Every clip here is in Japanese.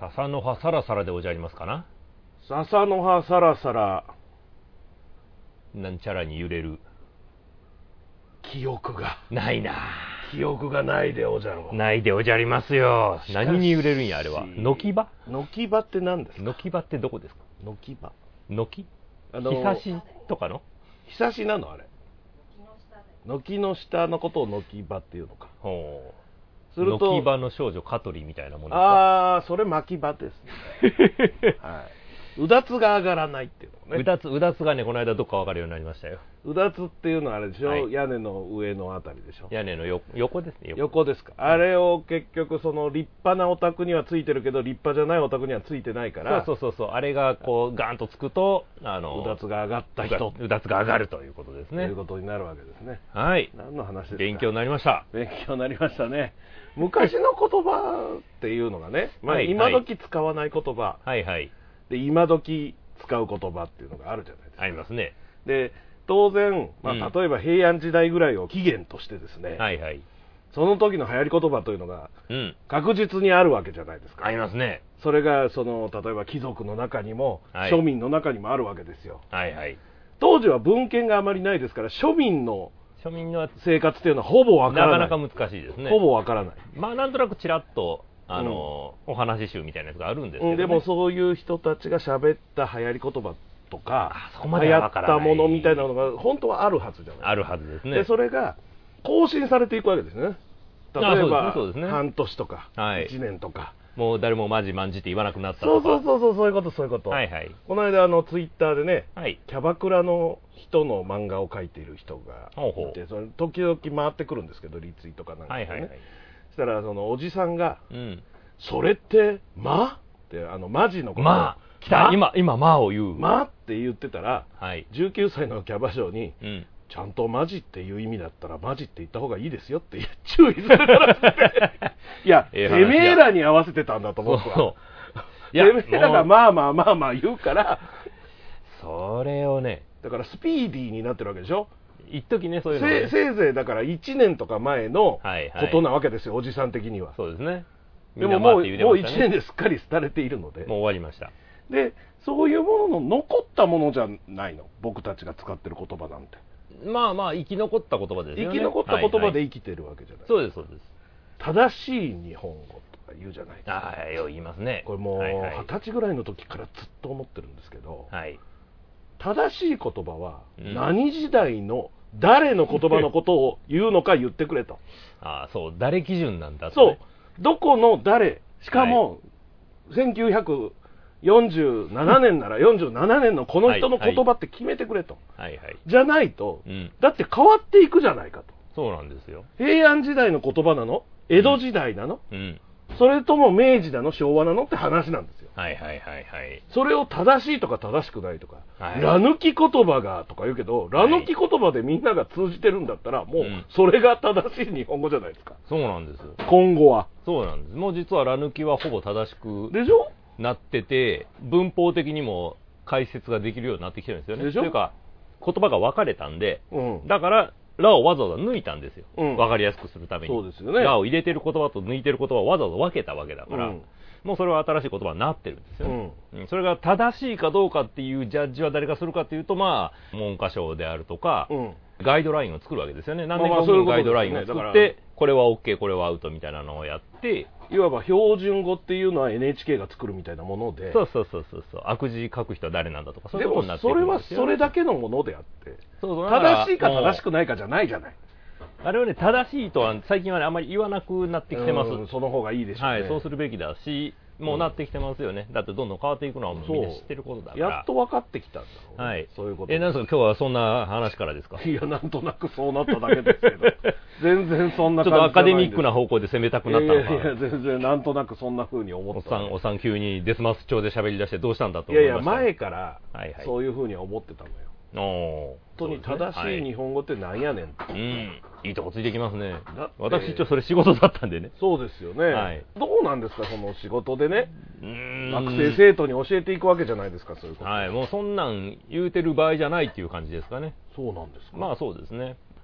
笹の葉サラサラでおじゃりますかな。 笹の葉サラサラ。 なんちゃらに揺れる。 記憶が。 ないな。 記憶がないでおじゃろ。 ないでおじゃりますよ。何に揺れるんや、あれは。軒場？ 軒場って何ですか？ 軒場ってどこですか？ 軒場。 軒？ひさしとかの？ ひさしなのあれ。軒の下のことを軒場っていうのか。 ほう。 すると軒場の少女香取みたいなものですか？ ああ、それ巻き場ですね。はい。うだつが上がらないっていうのね。 うだつがね、この間どっか分かるようになりましたよ。 うだつっていうのはあれでしょ、 はい、 屋根の上のあたりでしょ。 屋根の横ですね。 横ですか。あれを結局その立派なお宅にはついてるけど立派じゃないお宅にはついてないから、 そう。あれがこうガーンとつくとうだつが上がった人、 うだつが上がるということですね。 ということになるわけですね。 はい。 何の話ですか？ 勉強になりました。 勉強になりましたね。昔の言葉っていうのがね、まあ、今時使わない言葉、 はいはい。 で今時使う言葉っていうのがあるじゃないですか。 ありますね。 で当然、まあ、例えば平安時代ぐらいを起源としてですね、 はいはい。 その時の流行り言葉というのが確実にあるわけじゃないですか。 ありますね。 それがその例えば貴族の中にも、庶民の中にもあるわけですよ。 はいはい。 当時は文献があまりないですから庶民の生活っていうのはほぼわからない。 なかなか難しいですね。 ほぼわからない。 まあなんとなくちらっとお話集みたいなやつがあるんですけどね。 でもそういう人たちが喋った流行り言葉とか、 そこまで流行ったものみたいなのが本当はあるはずじゃない。 あるはずですね。 でそれが更新されていくわけですね。例えば、半年とか、1年とか。 もう誰もマジマンジって言わなくなったとか。そういうこと。 はいはい。 この間ツイッターでね、キャバクラの人の漫画を描いている人がいて、それ時々回ってくるんですけど、リツイートかなんかでね。そしたらそのおじさんが、それってってマジのことを来た今マを言うって言ってたら、19歳のキャバ嬢に、ちゃんとマジっていう意味だったらマジって言った方がいいですよって注意されたらしくていや、てめえらに合わせてたんだと思っててめえらがまあ言うからそれをね、 だからスピーディーになってるわけでしょ。 一時ね、そういうのね、 せいぜいだから1年とか前のことなわけですよ、おじさん的には。 そうですね。 でももう1年ですっかり廃れているので、 もう終わりました。 でそういうものの残ったものじゃないの、僕たちが使ってる言葉なんて。 まあ生き残った言葉ですよね。 生き残った言葉で生きてるわけじゃない。 そうです。 正しい日本語とか言うじゃないですか。 よう言いますね。 これもう20歳ぐらいの時からずっと思ってるんですけど、正しい言葉は何時代の誰の言葉のことを言うのか言ってくれと。 そう、誰基準なんだと、 そう、どこの誰、しかも、1947年なら47年のこの人の言葉って決めてくれと。じゃないと、だって変わっていくじゃないかと。 そうなんですよ。 平安時代の言葉なの？江戸時代なの？それとも明治なの？昭和なの？って話なんですよ。それを正しいとか正しくないとか、ら抜き言葉がとか言うけど、ら抜き言葉でみんなが通じてるんだったら、もうそれが正しい日本語じゃないですか。 そうなんです。 今後は。 そうなんです。もう実はら抜きはほぼ正しくでしょ？ なってて、文法的にも解説ができるようになってきてるんですよね。 でしょ？ というか、言葉が分かれたんで、だかららをわざわざ抜いたんですよ。分かりやすくするために。 そうですよね。 らを入れてる言葉と抜いてる言葉をわざわざ分けたわけだから、もうそれは新しい言葉になってるんですよね。それが正しいかどうかっていうジャッジは誰がするかっていうと、文科省であるとか、ガイドラインを作るわけですよね。何年かにガイドラインを作って、これは OK、これはアウトみたいなのをやって、 いわば標準語っていうのは NHK が作るみたいなもので、 そう、悪字書く人は誰なんだとか、そういうことになってくるんですよ。でもそれはそれだけのものであって、正しいか正しくないかじゃないじゃない。 あれはね、正しいとは最近はね、あんまり言わなくなってきてます。 その方がいいでしょうね。 そうするべきだし、もうなってきてますよね。だってどんどん変わっていくのはもうみんな知ってることだから。 やっと分かってきたんだろう。そういうこと。 なんですか、今日はそんな話からですか？ いや、なんとなくそうなっただけですけど。全然そんな感じじゃないんです。 ちょっとアカデミックな方向で攻めたくなったのか。 いや、全然なんとなくそんな風に思った。 おっさん急にデスマス調で喋り出してどうしたんだと思いました。 いや、前からそういう風には思ってたのよ。本当に正しい日本語ってなんやねんって。 いいとこついてきますね。私一応それ仕事だったんでね。 そうですよね。どうなんですか、その仕事でね、学生生徒に教えていくわけじゃないですか、そういうこと。 もうそんなん言うてる場合じゃないっていう感じですかね。 そうなんですか。 そうですね。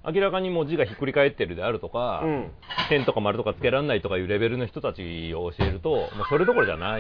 明らかにもう字がひっくり返ってるであるとか、点とか丸とかつけられないとかいうレベルの人たちを教えると、もうそれどころじゃない。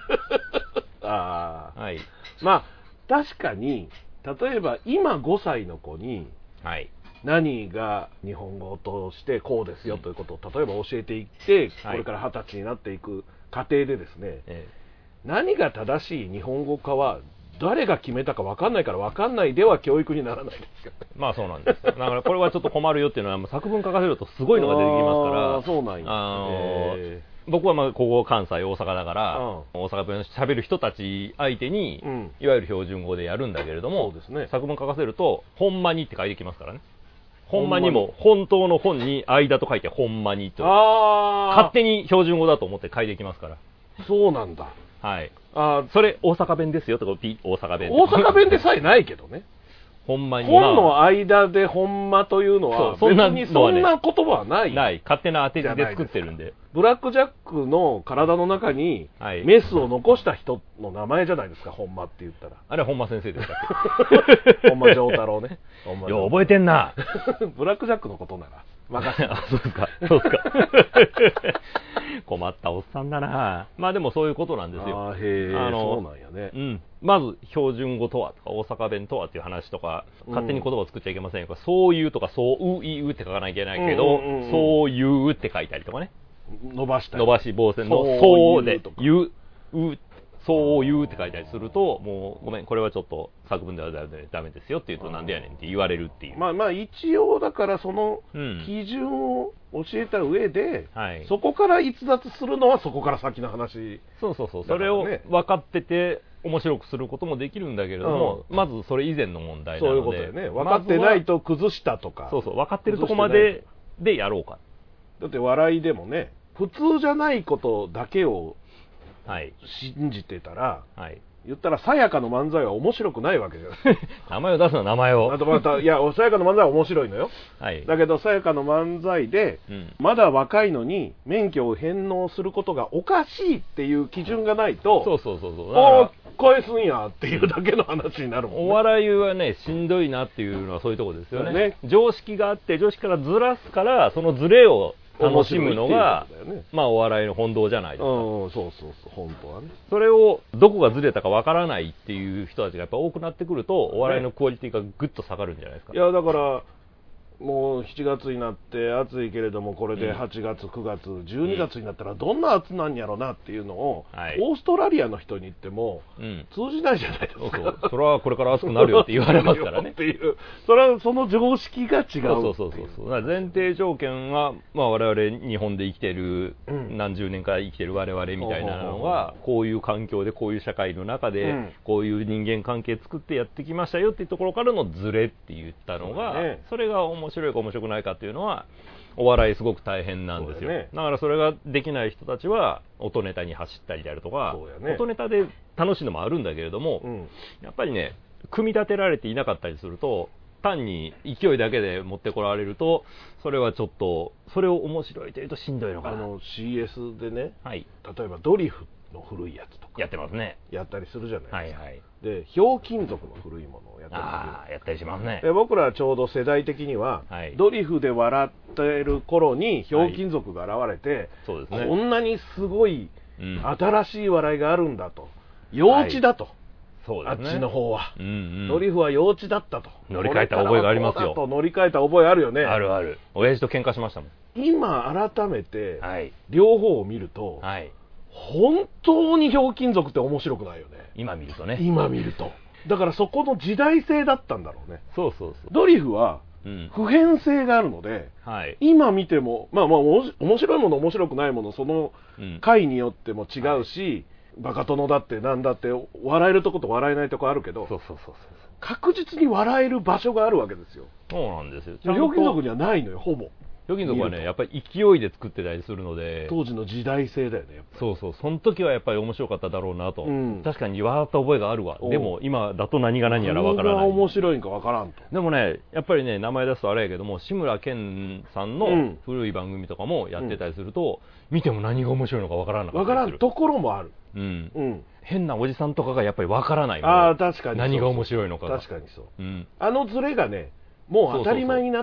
ああ、はい。まあ確かに例えば今5歳の子に、はい、何が日本語としてこうですよということを例えば教えていって、これから20歳になっていく過程でですね、何が正しい日本語かは誰が決めたか分かんないから分かんないでは教育にならないですよ。 まあそうなんです。だからこれはちょっと困るよっていうのは作文書かせるとすごいのが出てきますから。 そうなんや。 僕はまあここ関西大阪だから、大阪弁喋る人たち相手に、いわゆる標準語でやるんだけれども、そうですね、作文書かせるとほんまにって書いてきますからね。ほんまにも本当の本に間と書いてほんまにと、勝手に標準語だと思って書いてきますから。 そうなんだ。 はい。それ大阪弁ですよとか、大阪弁。 大阪弁でさえないけどね。 ほんまに。 本の間でほんまというのは、別にそんな言葉はない。 ない。勝手な当て字で作ってるんで。 ブラックジャックの体の中にメスを残した人の名前じゃないですか、ほんまって言ったら。 あれはほんま先生でしたっけ。ほんま丈太郎ね。 よう覚えてんな。 ブラックジャックのことなら任せて。 そうですか。そうですか。困ったおっさんだな。まあでもそういうことなんですよ。 へえ、そうなんやね。 うん。まず標準語とはとか大阪弁とはっていう話とか、勝手に言葉を作っちゃいけませんよ。そういうとかそういうって書かなきゃいけないけど、そういうって書いたりとかね。 伸ばし棒線のそうで言う、そういうって書いたりすると、もうごめんこれはちょっと作文ではダメですよって言うと、なんでやねんって言われるっていう。 まあ一応だからその基準を教えた上で、そこから逸脱するのはそこから先の話。 そうそれを分かってて面白くすることもできるんだけれども、まずそれ以前の問題なので。 そういうことだよね。分かってないと崩したとか。 そう分かってるとこまでやろうか。 だって笑いでもね、普通じゃないことだけを信じてたら、言ったらさやかの漫才は面白くないわけじゃない。 名前を出すの名前を。 いや、さやかの漫才は面白いのよ。だけどさやかの漫才で、まだ若いのに免許を返納することがおかしいっていう基準がないと、返すんやっていうだけの話になるもんね。 お笑いはね、しんどいなっていうのはそういうところですよね。常識があって、常識からずらすから、そのずれを楽しむのが、まあお笑いの本道じゃないですか。 そう本当はね。 それをどこがずれたかわからないっていう人たちがやっぱ多くなってくると、お笑いのクオリティがぐっと下がるんじゃないですか。 いやだからもう7月になって暑いけれども、これで8月9月12月になったらどんな暑なんやろなっていうのを、オーストラリアの人に言っても通じないじゃないですか。 それはこれから暑くなるよって言われますからね。 っていう、それはその常識が違う。 そう前提条件は、まあ、我々日本で生きてる、何十年か生きてる我々みたいなのが、こういう環境でこういう社会の中で、こういう人間関係作ってやってきましたよっていうところからのズレって言ったのが、それが面白いか面白くないかっていうのはお笑いすごく大変なんですよ。だからそれができない人たちは音ネタに走ったりであるとか、音ネタで楽しいのもあるんだけれども、やっぱりね、組み立てられていなかったりすると、単に勢いだけで持ってこられると、それはちょっとそれを面白いというとしんどいのかな。 CS でね、例えばドリフの古いやつとかやってますね。 やったりするじゃないですか。で、ひょうきん族の古いものをやったりしますね。 で、僕らはちょうど世代的には、ドリフで笑ってる頃にひょうきん族が現れて、こんなにすごい新しい笑いがあるんだと、幼稚だと、あっちの方は、ドリフは幼稚だったと、 乗り換えた覚えがありますよ。 乗り換えた覚えあるよね。 ある。親父と喧嘩しましたもん。 今改めて両方を見ると、本当にひょうきん族って面白くないよね。 今見るとね。 だからそこの時代性だったんだろうね。 そうドリフは普遍性があるので、今見てもまあ面白いもの面白くないもの、その回によっても違うし、バカ殿だってなんだって笑えるとこと笑えないとこあるけど、確実に笑える場所があるわけですよ。 そうなんですよ。 ひょうきん族にはないのよ、ほぼ。 ひょうきん族はね、やっぱり勢いで作ってたりするので、 当時の時代性だよね。 その時はやっぱり面白かっただろうなと、確かに笑った覚えがあるわ。でも今だと何が何やらわからない。 何が面白いんかわからんと。 でもね、やっぱりね、名前出すとあれやけども、志村けんさんの古い番組とかもやってたりすると、見ても何が面白いのかわからなかったりする。 わからんところもある。 変なおじさんとかがやっぱりわからない。 確かに何が面白いのかが。 確かにそう。あのズレがね、もう当たり前になって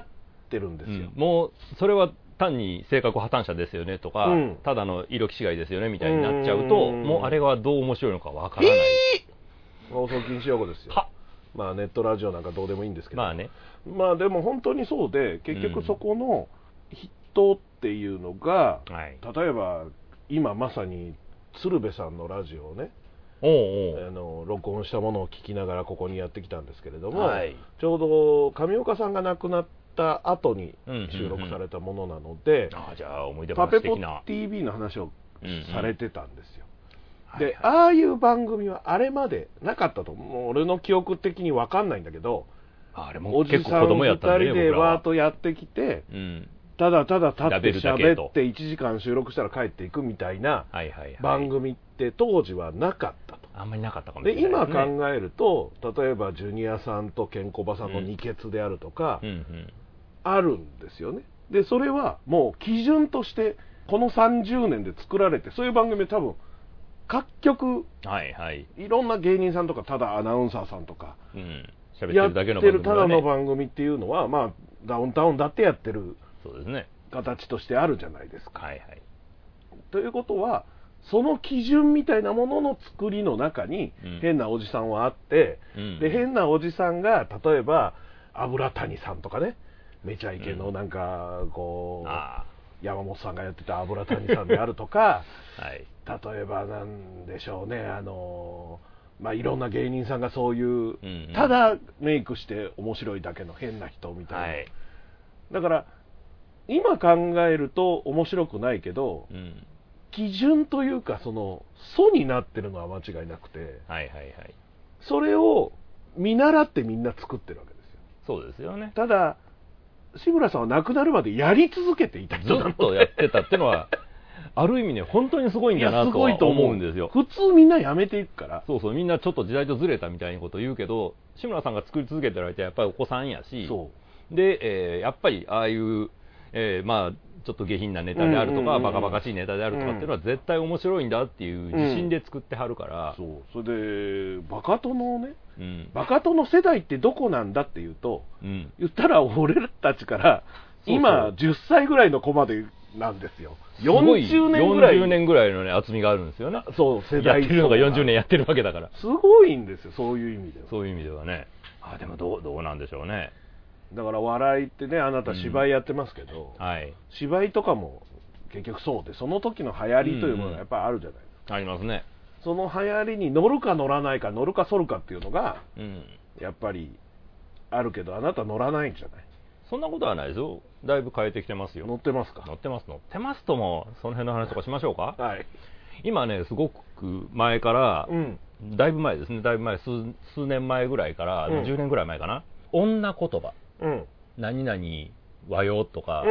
ってるんですよ、 もうそれは単に性格破綻者ですよねとか、ただの色気違いですよねみたいになっちゃうと、もうあれはどう面白いのかわからない。 放送禁止用語ですよ。まあネットラジオなんかどうでもいいんですけど、 まあね、 まあでも本当にそうで、結局そこの人っていうのが、例えば今まさに鶴瓶さんのラジオをね、録音したものを聞きながらここにやってきたんですけれども、ちょうど上岡さんが亡くなった後に収録されたものなので、パペポ TV の話をされてたんですよ。で、ああいう番組はあれまでなかったと思う。俺の記憶的に分かんないんだけど、 あれも結構子供やったんでね、 おじさん2人でわーっとやってきて、ただただ立って喋って1時間収録したら帰っていくみたいな番組って当時はなかったと。 あんまりなかったかもしれないで、今考えると、例えばジュニアさんとケンコバさんの二欠であるとか、あるんですよね。で、それはもう基準としてこの30年で作られて、そういう番組多分各局、いろんな芸人さんとかただアナウンサーさんとか、やってるただの番組っていうのは、まあダウンタウンだってやってる形としてあるじゃないですか。ということは、その基準みたいなものの作りの中に変なおじさんはあって、で変なおじさんが例えば油谷さんとかね、めちゃイケのなんかこう、山本さんがやってた油谷さんであるとか、例えばなんでしょうね、まあ、いろんな芸人さんがそういう、ただメイクして面白いだけの変な人みたいな、だから今考えると面白くないけど、基準というかその素になってるのは間違いなくて、それを見習ってみんな作ってるわけですよ。 そうですよね。 ただ志村さんは亡くなるまでやり続けていた人なので、 ずっとやってたってのはある意味ね、本当にすごいんだなとは思うんですよ。 普通みんなやめていくから。 そうそう、みんなちょっと時代とずれたみたいなことを言うけど、志村さんが作り続けてる間はやっぱりお子さんやし、で、やっぱりああいう、まあちょっと下品なネタであるとか、バカバカしいネタであるとかっていうのは絶対面白いんだっていう自信で作ってはるから、 それでバカ殿ね、バカ殿世代ってどこなんだっていうと、言ったら俺たちから今10歳ぐらいの子までなんですよ。40年ぐらい。 40年ぐらいのね、厚みがあるんですよね。 そう、世代やってるのが40年やってるわけだから。 すごいんですよ、そういう意味では。 そういう意味ではね。でもどうなんでしょうね。 だから笑いってね、あなた芝居やってますけど、芝居とかも結局そうで、その時の流行りというものがやっぱりあるじゃないですか。 ありますね。 その流行りに乗るか乗らないか、乗るか反るかっていうのが、やっぱりあるけど、あなた乗らないんじゃない？ そんなことはないですよ。だいぶ変えてきてますよ。 乗ってますか？ 乗ってますとも、その辺の話とかしましょうか。今ね、すごく前から、だいぶ前ですね、だいぶ前、数年前ぐらいから、10年ぐらい前かな、女言葉、何々和よとか、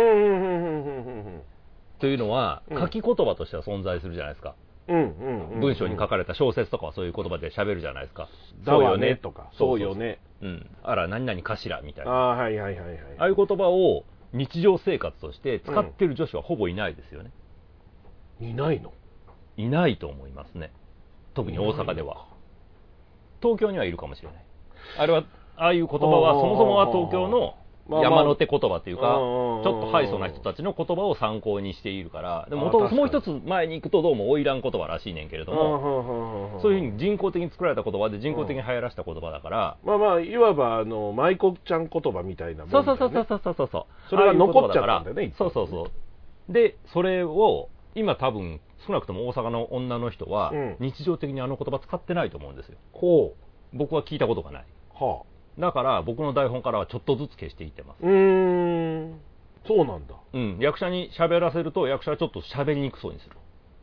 というのは、書き言葉としては存在するじゃないですか。文章に書かれた小説とかはそういう言葉で喋るじゃないですか。 そうよねとか、そうよね。 あら、何々かしらみたいな。 ああいう言葉を日常生活として使ってる女子はほぼいないですよね。 いないの？ いないと思いますね。特に大阪では。東京にはいるかもしれない。ああいう言葉はそもそもは東京の山の手言葉というか、ちょっとハイソな人たちの言葉を参考にしているから、でももう一つ前に行くとどうも花魁言葉らしいねんけれども、そういうふうに人工的に作られた言葉で人工的に流行らせた言葉だから、 いわば舞妓ちゃん言葉みたいなもんだよね。 そうそれが残っちゃったんだよね。 そうで、それを今多分少なくとも大阪の女の人は日常的にあの言葉使ってないと思うんですよ。僕は聞いたことがない。だから僕の台本からはちょっとずつ消していってます。 そうなんだ。 役者に喋らせると役者はちょっと喋りにくそうにする。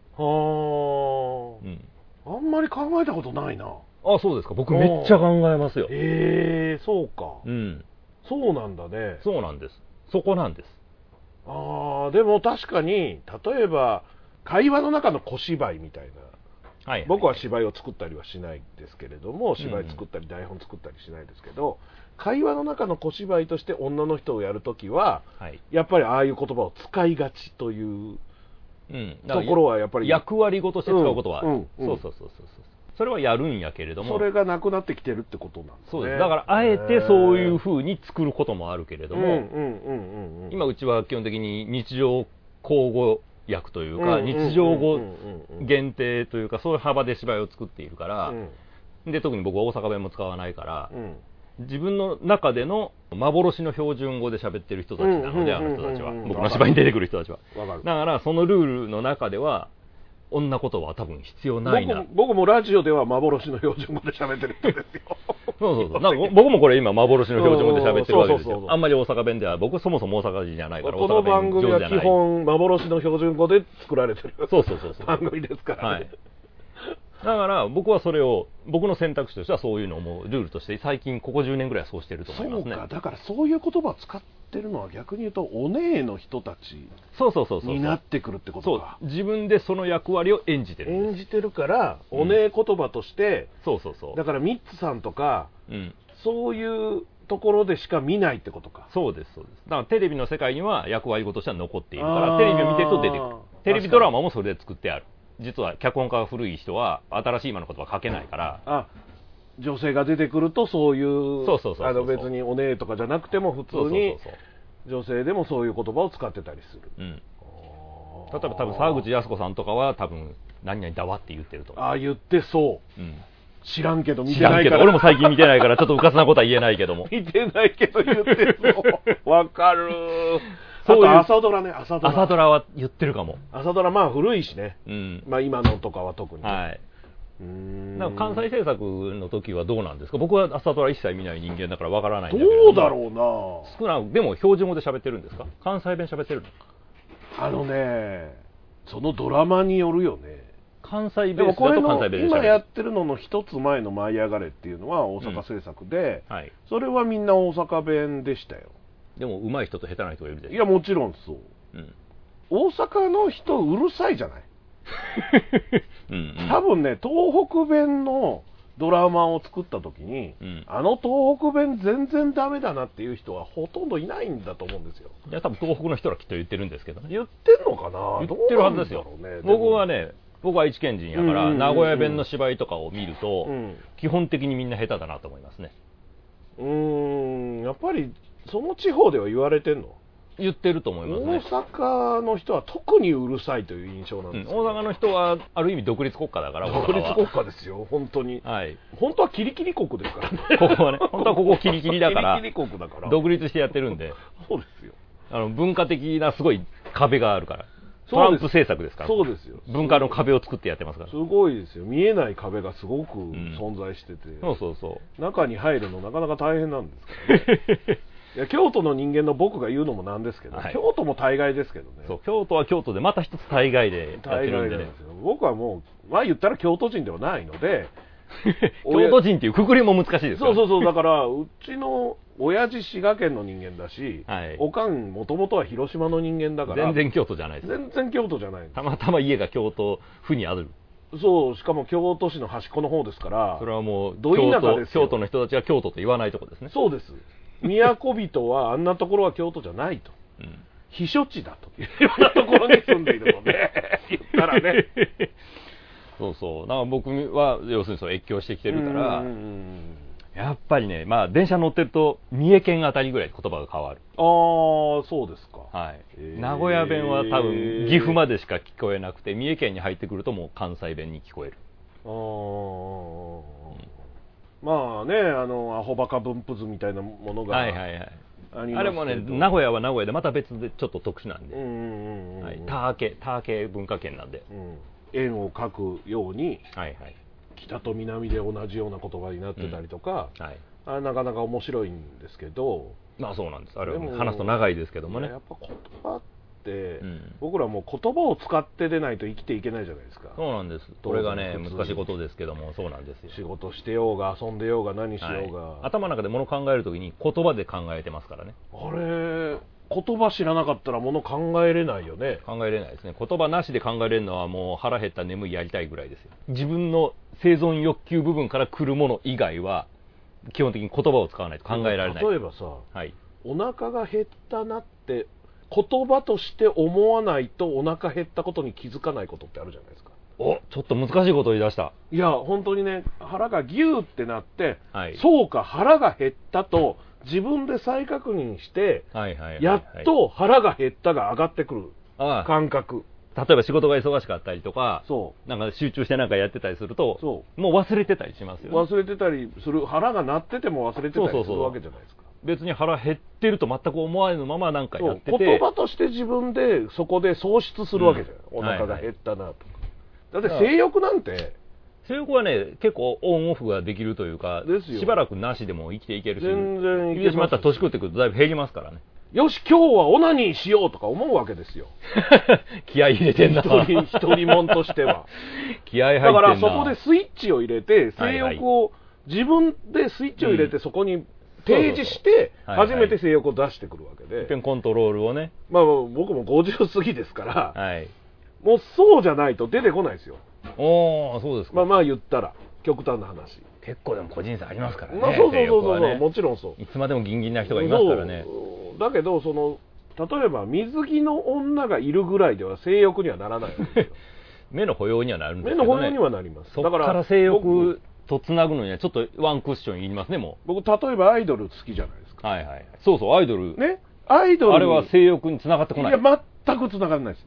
あんまり考えたことないな。 あ、そうですか。僕めっちゃ考えますよ。 そうか。そうなんだね。 そうなんです。そこなんです。 でも確かに、例えば会話の中の小芝居みたいな、僕は芝居を作ったりはしないですけれども、芝居作ったり台本作ったりしないですけど、会話の中の小芝居として女の人をやるときは、やっぱりああいう言葉を使いがちというところはやっぱり役割語として使うことは、 それはやるんやけれども、 それがなくなってきてるってことなんですね。 そうです。だからあえてそういう風に作ることもあるけれども、今うちは基本的に日常口語訳というか、日常語限定というか、そういう幅で芝居を作っているから、で特に僕は大阪弁も使わないから、自分の中での幻の標準語で喋ってる人たちなので、あの人たちは、僕の芝居に出てくる人たちは。だからそのルールの中では女言葉は多分必要ないな。 僕もラジオでは幻の標準語で喋ってる人ですよ。 そうなんか僕もこれ今幻の標準語で喋ってるわけですよ。あんまり大阪弁では、僕そもそも大阪人じゃないから、 この番組は基本幻の標準語で作られてる番組ですからね。 だから僕はそれを、僕の選択肢としてはそういうのをもうルールとして最近ここ10年ぐらいはそうしてると思いますね。 そうか、だからそういう言葉を使ってるのは逆に言うとお姉の人たちになってくるってことか。 自分でその役割を演じてるんです。 演じてるからお姉言葉として、だからミッツさんとか、そういうところでしか見ないってことか。 そうです。だからテレビの世界には役割語としては残っているから、テレビを見てると出てくる。テレビドラマもそれで作ってある。実は脚本家が古い人は新しい今の言葉書けないから、 女性が出てくるとそういう別にお姉とかじゃなくても普通に女性でもそういう言葉を使ってたりする。例えば多分沢口靖子さんとかは多分何々だわって言ってると思う。 言ってそう。知らんけど見てないから。 俺も最近見てないからちょっとうかつなことは言えないけども。 見てないけど言ってるの。わかる。あと朝ドラね。朝ドラは言ってるかも。 朝ドラまあ古いしね。今のとかは特に。 なんか関西制作の時はどうなんですか？僕は朝ドラ一切見ない人間だからわからないんだけど。 どうだろうな。 少なくでも標準語で喋ってるんですか？関西弁喋ってるの？そのドラマによるよね。 関西ベースだと関西弁で喋る。 今やってるのの一つ前の舞い上がれっていうのは大阪制作で、それはみんな大阪弁でしたよ。 でも上手い人と下手な人がいるでしょ。 いやもちろんそう。大阪の人うるさいじゃない。多分ね、東北弁のドラマを作った時に、東北弁全然ダメだなっていう人はほとんどいないんだと思うんですよ。 いや多分東北の人はきっと言ってるんですけどね。 言ってんのかな。 言ってるはずですよ。僕は愛知県人やから、名古屋弁の芝居とかを見ると、基本的にみんな下手だなと思いますね。 やっぱりその地方では言われてんの？ 言ってると思いますね。 大阪の人は特にうるさいという印象なんです、 大阪の人はある意味独立国家だから。 独立国家ですよ本当に。本当はキリキリ国ですからね。 ここはね、本当はここキリキリだからキリキリ国だから独立してやってるんで。 そうですよ。 文化的なすごい壁があるから。トランプ政策ですから。 そうですよ。 文化の壁を作ってやってますから。 すごいですよ。見えない壁がすごく存在してて、中に入るのなかなか大変なんですからね。いや京都の人間の僕が言うのもなんですけど、京都も大概ですけどね。 京都は京都でまた一つ大概でやってるんでね。 僕はもう言ったら京都人ではないので京都人っていうくくりも難しいですから。 そうだからうちの親父滋賀県の人間だし、おかんもともとは広島の人間だから全然京都じゃないです。 全然京都じゃない。 たまたま家が京都府にある。 しかも京都市の端っこの方ですから。 それはもう京都の人たちは京都と言わないところですね。 そうです。都人はあんなところは京都じゃないと、避暑地だというようなところに住んでいるので言ったらね。 だから僕は要するにそう越境してきてるから、やっぱりね、電車乗ってると三重県あたりぐらい言葉が変わる。 そうですか。 名古屋弁は多分岐阜までしか聞こえなくて、三重県に入ってくるともう関西弁に聞こえる。 まあね、アホバカ分布図みたいなものがあれもね、名古屋は名古屋でまた別でちょっと特殊なんで、田ーケ文化圏なんで、 円を書くように、北と南で同じような言葉になってたりとか、なかなか面白いんですけど。 そうなんです。あれは話すと長いですけどもね。 やっぱ言葉って、僕らもう言葉を使ってでないと生きていけないじゃないですか。 そうなんです。これがね難しいことですけども、そうなんですよ。 仕事してようが遊んでようが何しようが、 頭の中で物考えるときに言葉で考えてますからね。 あれ言葉知らなかったら物考えれないよね。 考えれないですね。言葉なしで考えれるのはもう腹減った眠いやりたいぐらいですよ。自分の生存欲求部分から来るもの以外は基本的に言葉を使わないと考えられない。 例えばさ、お腹が減ったなって言葉として思わないとお腹減ったことに気づかないことってあるじゃないですか。 お、ちょっと難しいことを言い出した。 いや本当にね、腹がギューってなって、はい、そうか腹が減ったと自分で再確認して、やっと腹が減ったが上がってくる感覚。 例えば仕事が忙しかったりとか、なんか集中してなんかやってたりすると、もう忘れてたりしますよね。 忘れてたりする、腹が鳴ってても忘れてたりするわけじゃないですか。 別に腹減ってると全く思わぬままなんかやってて、 言葉として自分でそこで喪失するわけじゃない、お腹が減ったなとか、だって性欲なんて、 性欲はね結構オンオフができるというか、しばらくなしでも生きていけるし、 全然いけます。しまったら年食ってくるとだいぶ減りますからね。 よし今日はオナニーしようとか思うわけですよ。 気合い入れてんな。 一人もんとしては気合い入ってんな。 だからそこでスイッチを入れて、性欲を自分でスイッチを入れてそこに提示して初めて性欲を出してくるわけで、 コントロールをね、 まあ僕も50過ぎですから、もうそうじゃないと出てこないですよ。 そうですか。 まあ言ったら極端な話、 結構でも個人差ありますからね。 そうもちろんそう、 いつまでもギンギンな人がいますからね。 だけど例えば水着の女がいるぐらいでは性欲にはならないわけですよ。 目の保養にはなるんですけどね。 目の保養にはなります。 そこから性欲とつなぐのにはちょっとワンクッションいりますね。もう僕例えばアイドル好きじゃないですか。 そうアイドルね、アイドルあれは性欲につながってこない。 いや全くつながらないです。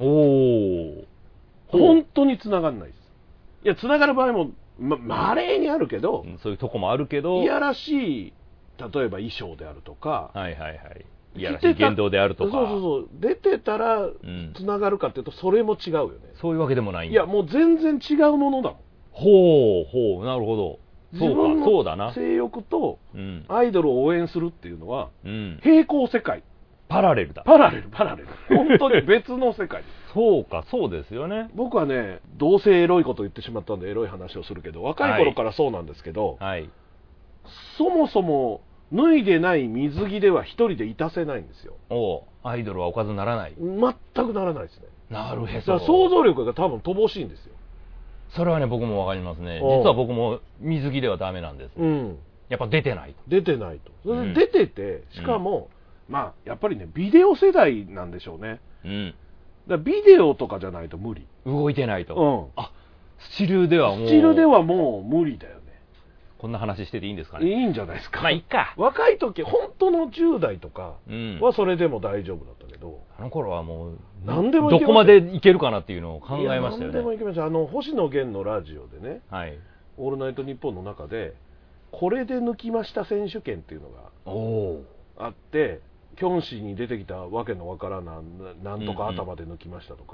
本当につながらないです。いやつながる場合も稀にあるけど、 そういうとこもあるけど、 いやらしい例えば衣装であるとか、 いやらしい言動であるとか、 出てたらつながるかっていうとそれも違うよね。 そういうわけでもないんだ。 いやもう全然違うものだもん。 ほうなるほど。そうだな。 性欲とアイドルを応援するっていうのは平行世界、 パラレルだ。 パラレル本当に別の世界です。 そうですよね。 僕はね、どうせエロいこと言ってしまったんでエロい話をするけど、若い頃からそうなんですけど、そもそも脱いでない水着では一人でいたせないんですよ。 アイドルはおかずにならない。 全くならないですね。 なるへそ。 想像力が多分乏しいんですよ。 それはね僕もわかりますね。実は僕も水着ではダメなんです。やっぱ出てないと。それで出てて、しかも、やっぱりねビデオ世代なんでしょうね。だビデオとかじゃないと無理。 動いてないと。スチルではもう無理だよね。 こんな話してていいんですかね。 いいんじゃないですか。 いいか。 若い時本当の10代とかはそれでも大丈夫だったけど、 あの頃はもう何でもどこまでいけるかなっていうのを考えましたよね。 何でもいけました。星野源のラジオでね、オールナイトニッポンの中でこれで抜きました選手権っていうのがあって、キョンシーに出てきたわけのわからなんとか頭で抜きましたとか、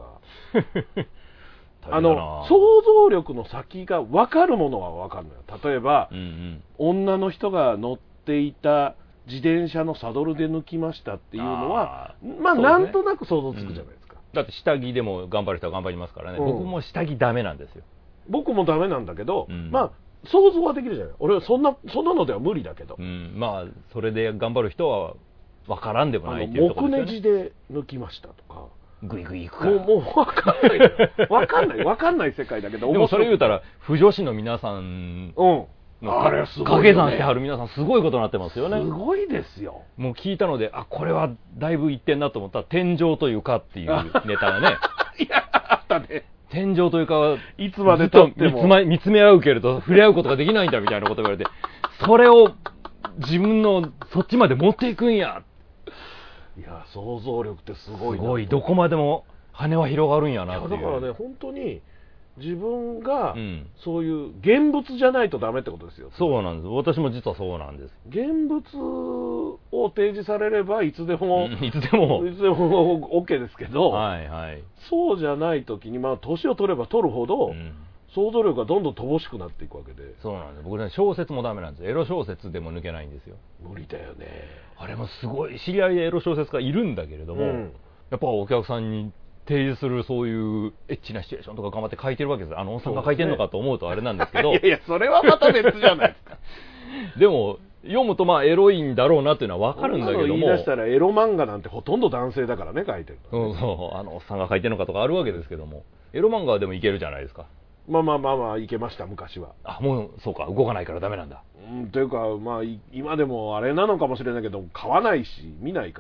想像力の先が分かるものは分かるのよ。例えば、女の人が乗っていた自転車のサドルで抜きましたっていうのはなんとなく想像つくじゃないですか。 だって下着でも頑張る人は頑張りますからね。僕も下着ダメなんですよ。 僕もダメなんだけど、想像はできるじゃない。俺はそんなのでは無理だけど、 それで頑張る人は分からんでもないっていうところですよね。 木ネジで抜きましたとか、 グイグイいくからもう分かんない世界だけど、 でもそれ言うたら不女子の皆さんあれすごい、 掛け算してはる皆さんすごいことになってますよね。 すごいですよ。 もう聞いたのでこれはだいぶいってんなと思ったら天井というかっていうネタがねいやあったね。 天井というかいつまで経っても見つめ合うけれど触れ合うことができないんだみたいなこと言われて、それを自分のそっちまで持っていくんや。 いや想像力ってすごいな。 すごい、どこまでも羽は広がるんやなっていう。 だからね本当に自分がそういう現物じゃないとダメってことですよ。 そうなんです。私も実はそうなんです。 現物を提示されればいつでも OK ですけど、そうじゃない時に年を取れば取るほど、想像力がどんどん乏しくなっていくわけで。 そうなんです。僕ね小説もダメなんです。エロ小説でも抜けないんですよ。 無理だよね。 あれもすごい知り合いでエロ小説家いるんだけれども、やっぱお客さんに提示するそういうエッチなシチュエーションとか頑張って書いてるわけです。おっさんが書いてるのかと思うとあれなんですけど、 いやそれはまた別じゃないですかでも読むとエロいんだろうなっていうのは分かるんだけども、 言い出したらエロ漫画なんてほとんど男性だからね書いてる、 おっさんが書いてるのかとかあるわけですけども、エロ漫画はでもいけるじゃないですか。 いけました昔は。 もうそうか、動かないからダメなんだ。 というか今でもあれなのかもしれないけど買わないし見ないから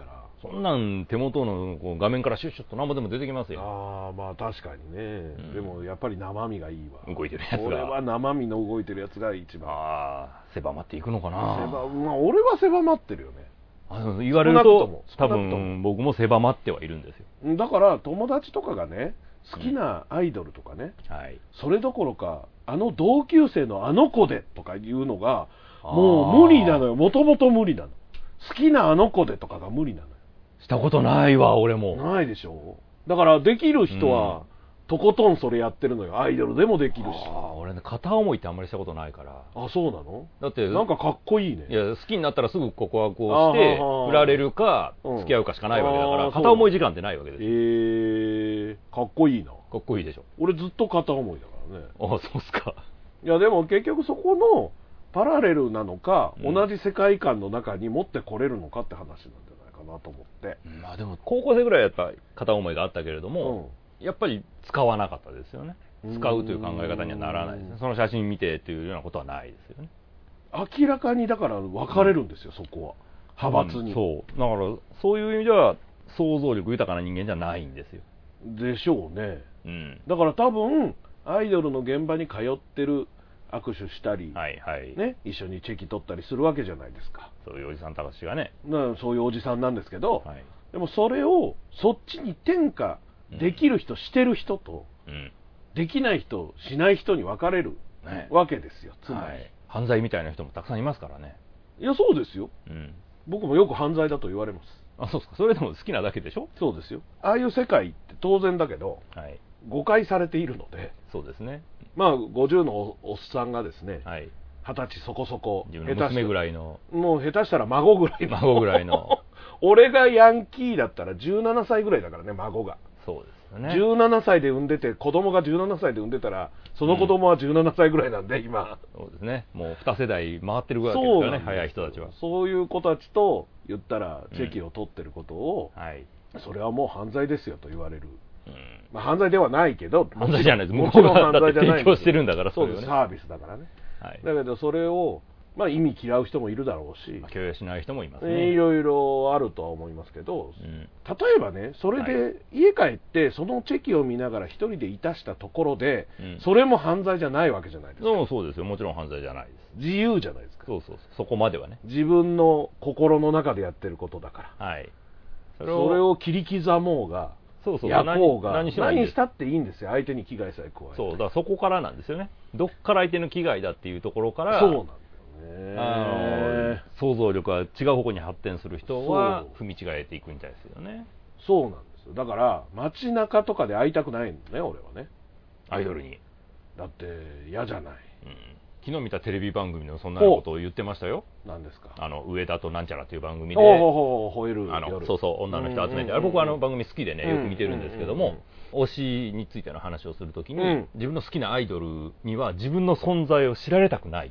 そんなん手元のこう画面からシュッシュッと何ぼでも出てきますよ。 ああ、まあ確かにね、でもやっぱり生身がいいわ。 動いてるやつが。 俺は生身の動いてるやつが一番。 ああ、狭まっていくのかな。 まあ俺は狭まってるよね。 言われると多分僕も狭まってはいるんですよ。 だから友達とかがね、好きなアイドルとかね、はい、それどころか同級生のあの子でとかいうのがもう無理なのよ。もともと無理なの。好きなあの子でとかが無理なのよ。 したことないわ俺も。 ないでしょ。だからできる人は、とことんそれやってるのよ。アイドルでもできるし。 俺ね、片思いってあんまりしたことないから。 あ、そうなの？ だってなんかかっこいいね。 いや、好きになったらすぐ告白をして振られるか付き合うかしかないわけだから、片思い時間ってないわけですよ。かっこいいな。 かっこいいでしょ。 俺ずっと片思いだからね。 あ、そうっすか。 いやでも結局そこのパラレルなのか、同じ世界観の中に持ってこれるのかって話なんじゃないかなと思って。 まあでも高校生ぐらいやったら片思いがあったけれども、やっぱり使わなかったですよね。使うという考え方にはならないですね。その写真見てというようなことはないですよね。 明らかにだから分かれるんですよ、そこは。派閥に。 そう。だからそういう意味では想像力豊かな人間じゃないんですよ。 でしょうね。だから多分アイドルの現場に通ってる、握手したり、ね、一緒にチェキ取ったりするわけじゃないですか。 そういうおじさんたちがね。 そういうおじさんなんですけど、でもそれをそっちに転嫁できる人、してる人と、できない人しない人に分かれるわけですよ。つまり、 犯罪みたいな人もたくさんいますからね。 いやそうですよ、僕もよく犯罪だと言われます。 あ、そうですか。それでも好きなだけでしょ。 そうですよ。ああいう世界って当然だけど、誤解されているので。 そうですね。 まあ50のおっさんがですね、20歳そこそこ、 自分の娘ぐらいの、 もう下手したら孫ぐらいの俺がヤンキーだったら17歳ぐらいだからね、孫が。 そうですよね。 17歳で産んでて、子供が17歳で産んでたら、その子供は17歳ぐらいなんで、今。 そうですね。もう2世代回ってるぐらいですからね、早い人たちは。 そういう子たちと言ったら、チェキを取ってることを、それはもう犯罪ですよと言われる。まあ犯罪ではないけど、 犯罪じゃないです。向こうがだって提供してるんだから、 そうです、サービスだからね。だけどそれを、まあ意味嫌う人もいるだろうし、 許容しない人もいますね。 いろいろあるとは思いますけど、例えばね、それで家帰ってそのチェキを見ながら一人でいたしたところで、それも犯罪じゃないわけじゃないですか。 そうですよ。もちろん犯罪じゃないです。 自由じゃないですか。 そこまではね。 自分の心の中でやってることだから。それを切り刻もうが、焼こうが、何したっていいんですよ。相手に危害さえ加えて。 だからそこからなんですよね。どっから相手の危害だっていうところから、 そうなんだよね。 想像力が違う方向に発展する人は踏み違えていくみたいですよね。 そうなんですよ。だから街中とかで会いたくないのね、俺はね。 アイドルに。 だって嫌じゃない。 昨日見たテレビ番組のそんなことを言ってましたよ。 何ですか。 上田となんちゃらという番組で、 吠えるそう女の人集めて、僕は番組好きでねよく見てるんですけども、推しについての話をするときに、自分の好きなアイドルには自分の存在を知られたくない。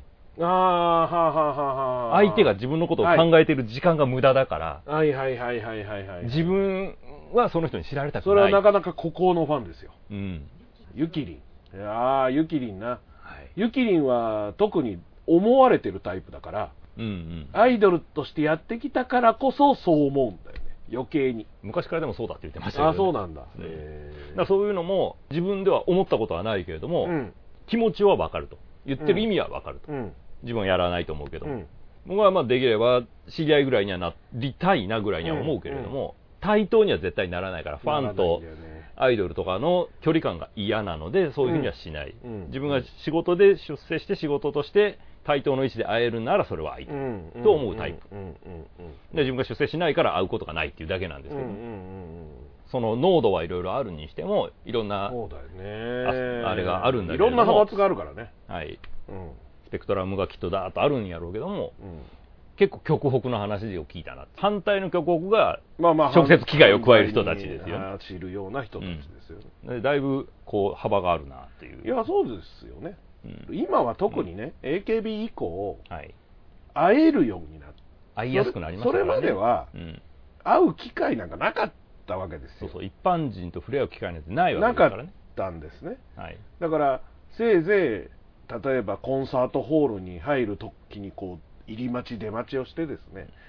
相手が自分のことを考えている時間が無駄だから、自分はその人に知られたくない。 それはなかなか孤高のファンですよ。ゆきりん。ゆきりんな。ゆきりんは特に思われてるタイプだから、アイドルとしてやってきたからこそそう思うんだよね、余計に。 昔からでもそうだって言ってましたけど、ね、 そうなんだ。 そういうのも自分では思ったことはないけれども、気持ちは分かると、言ってる意味は分かると、自分はやらないと思うけども、僕はできれば知り合いぐらいにはなりたいなぐらいには思うけれども、対等には絶対ならないから、ファンとアイドルとかの距離感が嫌なので、そういうふうにはしない。自分が仕事で出世して仕事として対等の位置で会えるならそれは会いたいと思うタイプ。で、自分が出世しないから会うことがないっていうだけなんですけど、その濃度はいろいろあるにしても、いろんなあれがあるんだけども、 いろんな派閥があるからね。 スペクトラムがきっとだーっとあるんやろうけども、結構極北の話を聞いたな。反対の極北が直接危害を加える人たちですよね。 知るような人たちですよね。 だいぶ幅があるなっていう。 いや、そうですよね。今は特にね、AKB 以降、会えるようになって、 会いやすくなりましたからね。 それまでは会う機会なんかなかったわけですよ。 一般人と触れ合う機会なんてないわけですからね。 なかったんですね。だからせいぜい例えばコンサートホールに入るときに入り待ち出待ちをしてですね、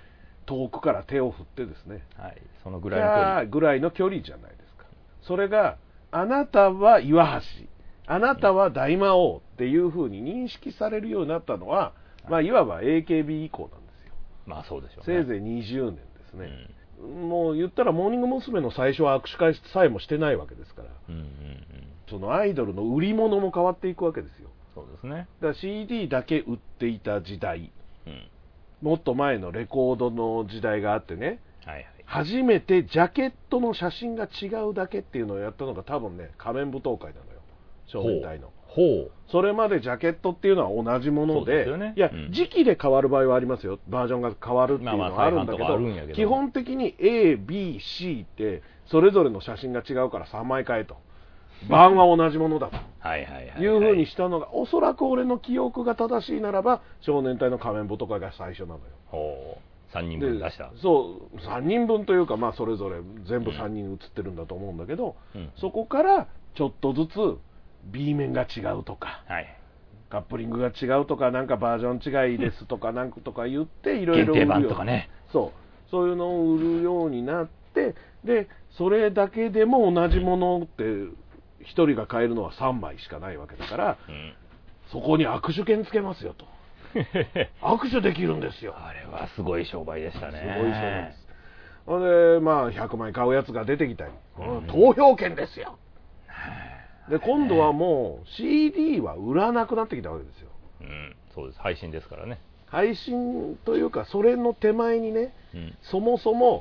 遠くから手を振ってですね、 はい、そのぐらいの距離ぐらいの距離じゃないですか。それがあなたは岩橋、あなたは大魔王っていう風に認識されるようになったのは、まあ、いわば AKB 以降なんですよ。 まあそうでしょうね。 せいぜい20年ですね、もう言ったらモーニング娘。の最初は握手会さえもしてないわけですから、そのアイドルの売り物も変わっていくわけですよ。 そうですね。 だから CD だけ売っていた時代、もっと前のレコードの時代があってね、はいはい、初めてジャケットの写真が違うだけっていうのをやったのが多分ね、仮面舞踏会なのよ、少年隊の。それまでジャケットっていうのは同じもの で、ね、いや、時期で変わる場合はありますよ、バージョンが変わるっていうのはあるんだけど、基本的に A、B、C ってそれぞれの写真が違うから3枚買えと、版は同じものだというふうにしたのが、おそらく俺の記憶が正しいならば少年隊の仮面舞踏会が最初なのよ。 3人分出した。 そう3人分というか、まあ、それぞれ全部3人写ってるんだと思うんだけど、そこからちょっとずつ B 面が違うとか、はい、カップリングが違うとか、なんかバージョン違いですとかなんとか言っていろいろ限定版とかね、 そういうのを売るようになって、でそれだけでも同じものって1人が買えるのは3枚しかないわけだから、そこに握手券つけますよと握手できるんですよ。 あれはすごい商売でしたね。 すごい商売です。でまあ100枚買うやつが出てきたり、投票券ですよ。で今度はもう CD は売らなくなってきたわけですよ。 そうです、配信ですからね。 配信というか、それの手前にね、そもそも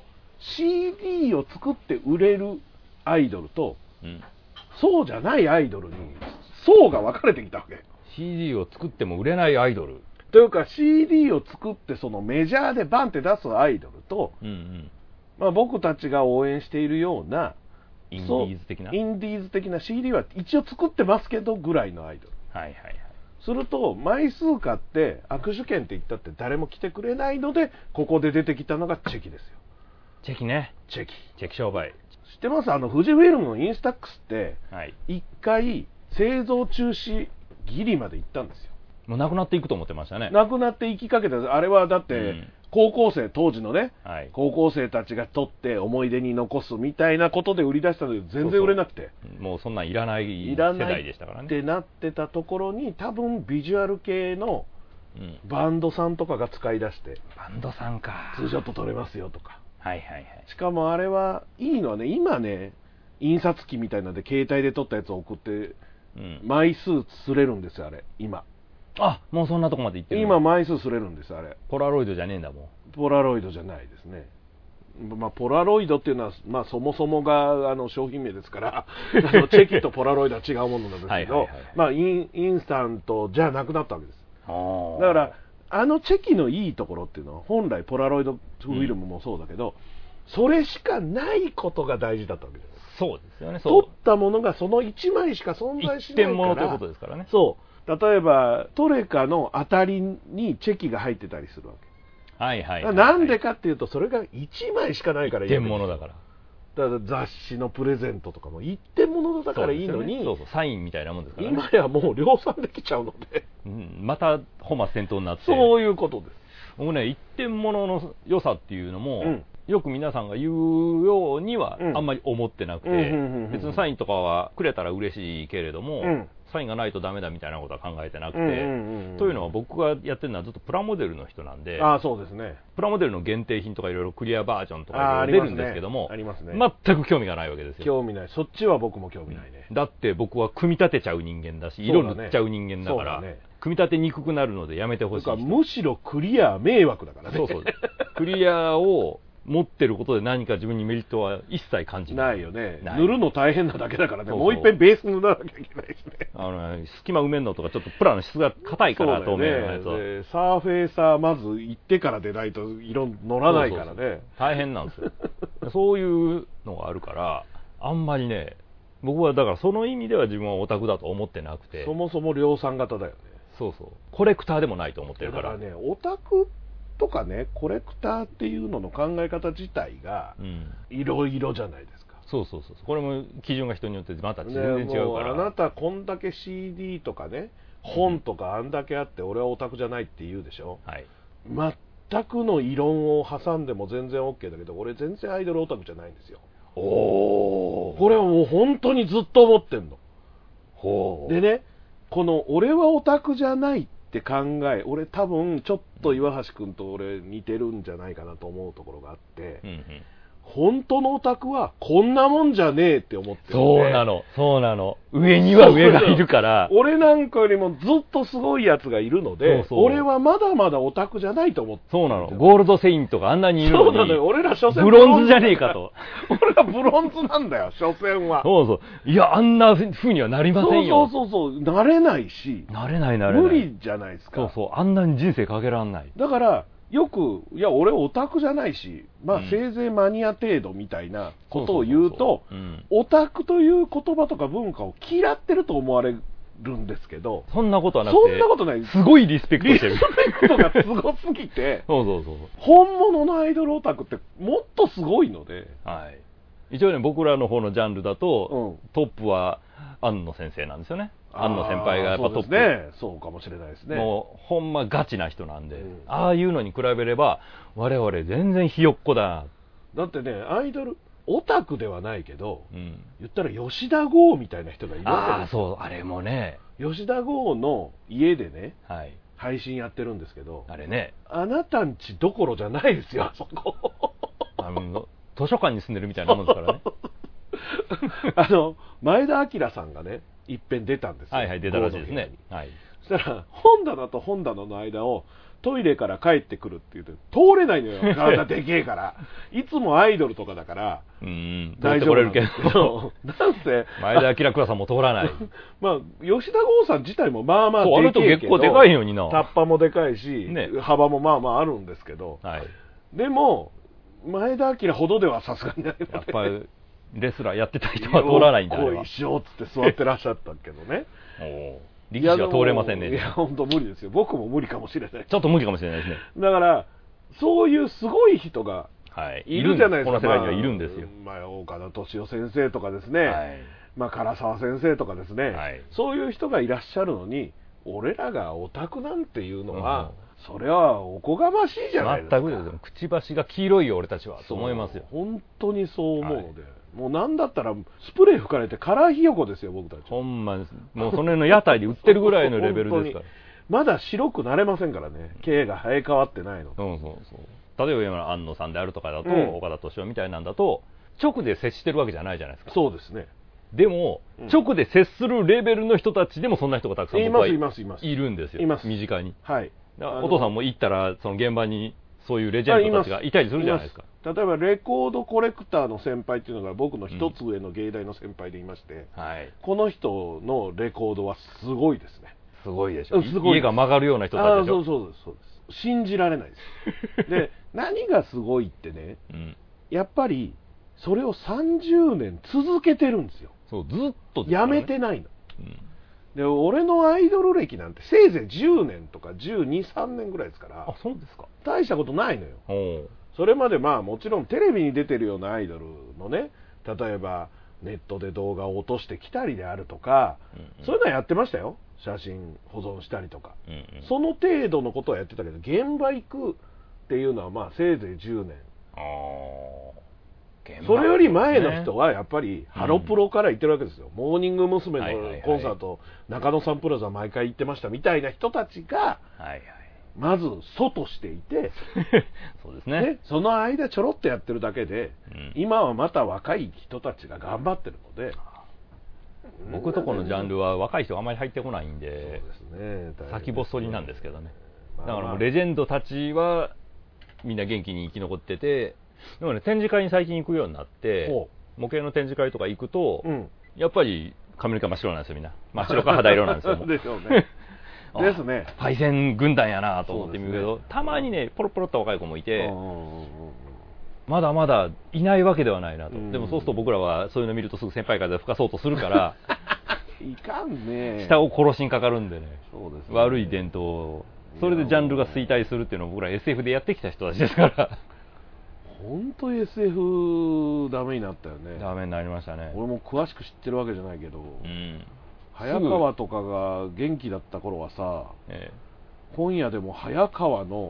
CD を作って売れるアイドルと、そうじゃないアイドルに層が分かれてきたわけ。 CD を作っても売れないアイドルというか、 CD を作ってそのメジャーでバンって出すアイドルと、まあ、僕たちが応援しているようなインディーズ的な CD は一応作ってますけどぐらいのアイドル、すると枚数買って握手券って言ったって誰も来てくれないので、ここで出てきたのがチェキですよ。 チェキね。 チェキ商売知ってます？富士フイルムのインスタックスって1回製造中止ギリまで行ったんですよ。 もうなくなっていくと思ってましたね。 なくなっていきかけた。あれはだって、高校生、当時のね、高校生たちが撮って思い出に残すみたいなことで売り出したので全然売れなくて、 もうそんなんいらない世代でしたからね。 ってなってたところに、多分ビジュアル系のバンドさんとかが使い出して、 バンドさんか、 ツーショット撮れますよとか、しかもあれはいいのはね、今ね、印刷機みたいなので携帯で撮ったやつを送って、枚数すれるんですよ、あれ今。 もうそんなとこまで行ってる。 今枚数すれるんです、あれ。 ポラロイドじゃねえんだもん。 ポラロイドじゃないですね。まあ、ポラロイドっていうのは、まあ、そもそもが商品名ですからチェキとポラロイドは違うものなんですけど、まあ、インスタントじゃなくなったわけです。だからチェキのいいところっていうのは、本来ポラロイドフィルムもそうだけど、それしかないことが大事だったわけです。 そうですよね。 撮ったものがその1枚しか存在しないから、 一点物ということですからね。 例えばトレカの当たりにチェキが入ってたりするわけ。なんでかっていうと、それが1枚しかないからいい。 一点物だから。 だから雑誌のプレゼントとかも一点物だからいいのに、 サインみたいなもんですからね。 今やもう量産できちゃうので、 また本末転倒になって。 そういうことです。 僕ね、一点物の良さっていうのも、よく皆さんが言うようにはあんまり思ってなくて、別にサインとかはくれたら嬉しいけれども、サインがないとダメだみたいなことは考えてなくて、というのは僕がやってるのはずっとプラモデルの人なんで、 そうですね、 プラモデルの限定品とかいろいろクリアバージョンとか出るんですけども、全く興味がないわけですよ。 興味ない。そっちは僕も興味ないね。 だって僕は組み立てちゃう人間だし、色塗っちゃう人間だから、組み立てにくくなるのでやめてほしい。 むしろクリア迷惑だからね。 クリアを持ってることで何か自分にメリットは一切感じない。 ないよね。塗るの大変なだけだからね。もう一遍ベース塗らなきゃいけないしね。 隙間埋めるのとかちょっとプラの質が硬いから、透明のやつは。 サーフェーサーまず行ってからでないと色乗らないからね。 大変なんですよ。そういうのがあるから、あんまりね、僕はだからその意味では自分はオタクだと思ってなくて。 そもそも量産型だよね。 コレクターでもないと思ってるから。 だからね、オタクとかね、コレクターっていうのの考え方自体がいろいろじゃないですか。 これも基準が人によってまた全然違うから。 あなたこんだけ CD とかね、本とかあんだけあって俺はオタクじゃないって言うでしょ。 全くの異論を挟んでも全然 OK だけど、俺全然アイドルオタクじゃないんですよ。これはもう本当にずっと思ってんの。でね、この俺はオタクじゃないって考え、俺多分ちょっと岩橋君と俺似てるんじゃないかなと思うところがあって、本当のオタクはこんなもんじゃねえって思ってる。 そうなの。上には上がいるから。 俺なんかよりもずっとすごいやつがいるので、俺はまだまだオタクじゃないと思ってる。 そうなの。ゴールドセイントがあんなにいるのに。 そうなのよ。俺ら所詮ブロンズじゃねえかと。 俺らブロンズなんだよ、所詮は。 そう。いや、あんな風にはなりませんよ。 そう。なれないし。 なれない。 無理じゃないですか。 そう。あんなに人生かけらんない。 だから、よく、いや、俺オタクじゃないし、まあ、せいぜいマニア程度みたいなことを言うと、オタクという言葉とか文化を嫌ってると思われるんですけど、 そんなことはなくて、 そんなことない。 すごいリスペクトしてる。 リスペクトがすごすぎて、 そう。 本物のアイドルオタクってもっとすごいので、 はい。一応ね、僕らの方のジャンルだと、トップは庵野先生なんですよね。庵野先輩がやっぱトップ。 そうですね。そうかもしれないですね。 もうほんまガチな人なんで、ああいうのに比べれば我々全然ひよっこだ。 だってね、アイドルオタクではないけど、言ったら吉田剛みたいな人がいるわけですよ。 そう、あれもね、 吉田剛の家でね、配信やってるんですけど、 あれね、 あなたんちどころじゃないですよ、あそこ。 図書館に住んでるみたいなもんですからね。 前田明さんがね、いっぺん出たんですよ。 出たらしいですね。 そしたら、本棚と本棚の間をトイレから帰ってくるって言うと、通れないのよ、体でけえから。いつもアイドルとかだから、 大丈夫なんですけど、 なんせ、 前田明倉さんも通らない。 まあ、吉田剛さん自体もまあまあでけえけど、 あれと結構でかいようにな。 タッパもでかいし、幅もまあまああるんですけど、でも、前田明ほどではさすがにないので。 やっぱりレスラーやってた人は通らないんだ。 一生つって座ってらっしゃったけどね。 力士は通れませんね。 いや、本当無理ですよ。僕も無理かもしれない。 ちょっと無理かもしれないですね。 だから、そういうすごい人がいるじゃないですか。 この世界にはいるんですよ。 岡田敏夫先生とかですね。唐沢先生とかですね。そういう人がいらっしゃるのに、俺らがオタクなんていうのは、それはおこがましいじゃないですか。 全くですよ。くちばしが黄色いよ俺たちはと思いますよ。 本当にそう思うので、もうなんだったらスプレー吹かれてカラーひよこですよ、僕たち。 ほんまです。もうその辺の屋台で売ってるぐらいのレベルですから。 まだ白くなれませんからね。毛が生え変わってないの。 例えば今の庵野さんであるとかだと、岡田敏夫みたいなんだと直で接してるわけじゃないじゃないですか。 そうですね。 でも、直で接するレベルの人たちでもそんな人がたくさん僕はいるんですよ。身近に。お父さんも行ったらその現場にそういうレジェンドたちがいたりするじゃないですか。 例えばレコードコレクターの先輩っていうのが僕の一つ上の芸大の先輩でいまして、この人のレコードはすごいですね。 すごいでしょ。家が曲がるような人たちでしょ。 そうです。信じられないです。で、何がすごいってね、やっぱりそれを30年続けてるんですよ。 そう、ずっとやめてないの。で、俺のアイドル歴なんてせいぜい10年とか12、3年ぐらいですから。 そうですか。 大したことないのよ。それまでまあもちろんテレビに出てるようなアイドルのね、例えばネットで動画を落としてきたりであるとか、そういうのはやってましたよ。写真保存したりとか。その程度のことはやってたけど、現場行くっていうのはまあせいぜい10年。それより前の人はやっぱりハロプロから行ってるわけですよ。モーニング娘。のコンサート、中野サンプラザ毎回行ってましたみたいな人たちが、まず祖としていて、 そうですね。 その間ちょろっとやってるだけで、今はまた若い人たちが頑張ってるので、 僕とこのジャンルは若い人があまり入ってこないんで、先細りなんですけどね。だからもうレジェンドたちはみんな元気に生き残ってて、でもね、展示会に最近行くようになって、模型の展示会とか行くと、やっぱり髪の毛真っ白なんですよ、みんな。真っ白か肌色なんですよ。 でしょうね。ですね。 パイセン軍団やなと思って見るけど、たまにね、ポロポロっと若い子もいて、まだまだいないわけではないなと。でもそうすると僕らはそういうの見るとすぐ先輩風吹かそうとするから、 いかんね。 下を殺しにかかるんでね、悪い伝統を。それでジャンルが衰退するっていうのを僕ら SF でやってきた人たちですから。 本当 SF ダメになったよね。 ダメになりましたね。 俺も詳しく知ってるわけじゃないけど、早川とかが元気だった頃はさ、本屋でも早川の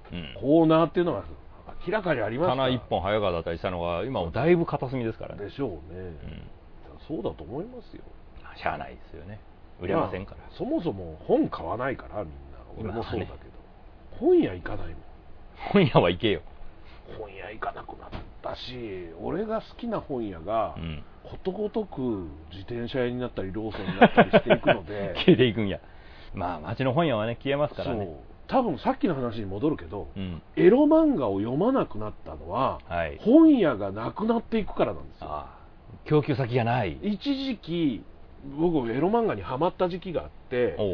コーナーっていうのが明らかにありますから。 棚一本早川だったりしたのが今もだいぶ片隅ですからね。 でしょうね、そうだと思いますよ。 しゃあないですよね、売れませんから、 そもそも本買わないからみんな。俺もそうだけど、本屋行かないもん。 本屋は行けよ。 本屋行かなくなったし、俺が好きな本屋が、ことごとく自転車屋になったりローソンになったりしていくので消えていくんや。まあ町の本屋はね消えますからね。 多分さっきの話に戻るけど、エロ漫画を読まなくなったのは、本屋がなくなっていくからなんですよ。 供給先がない。 一時期僕エロ漫画にハマった時期があって。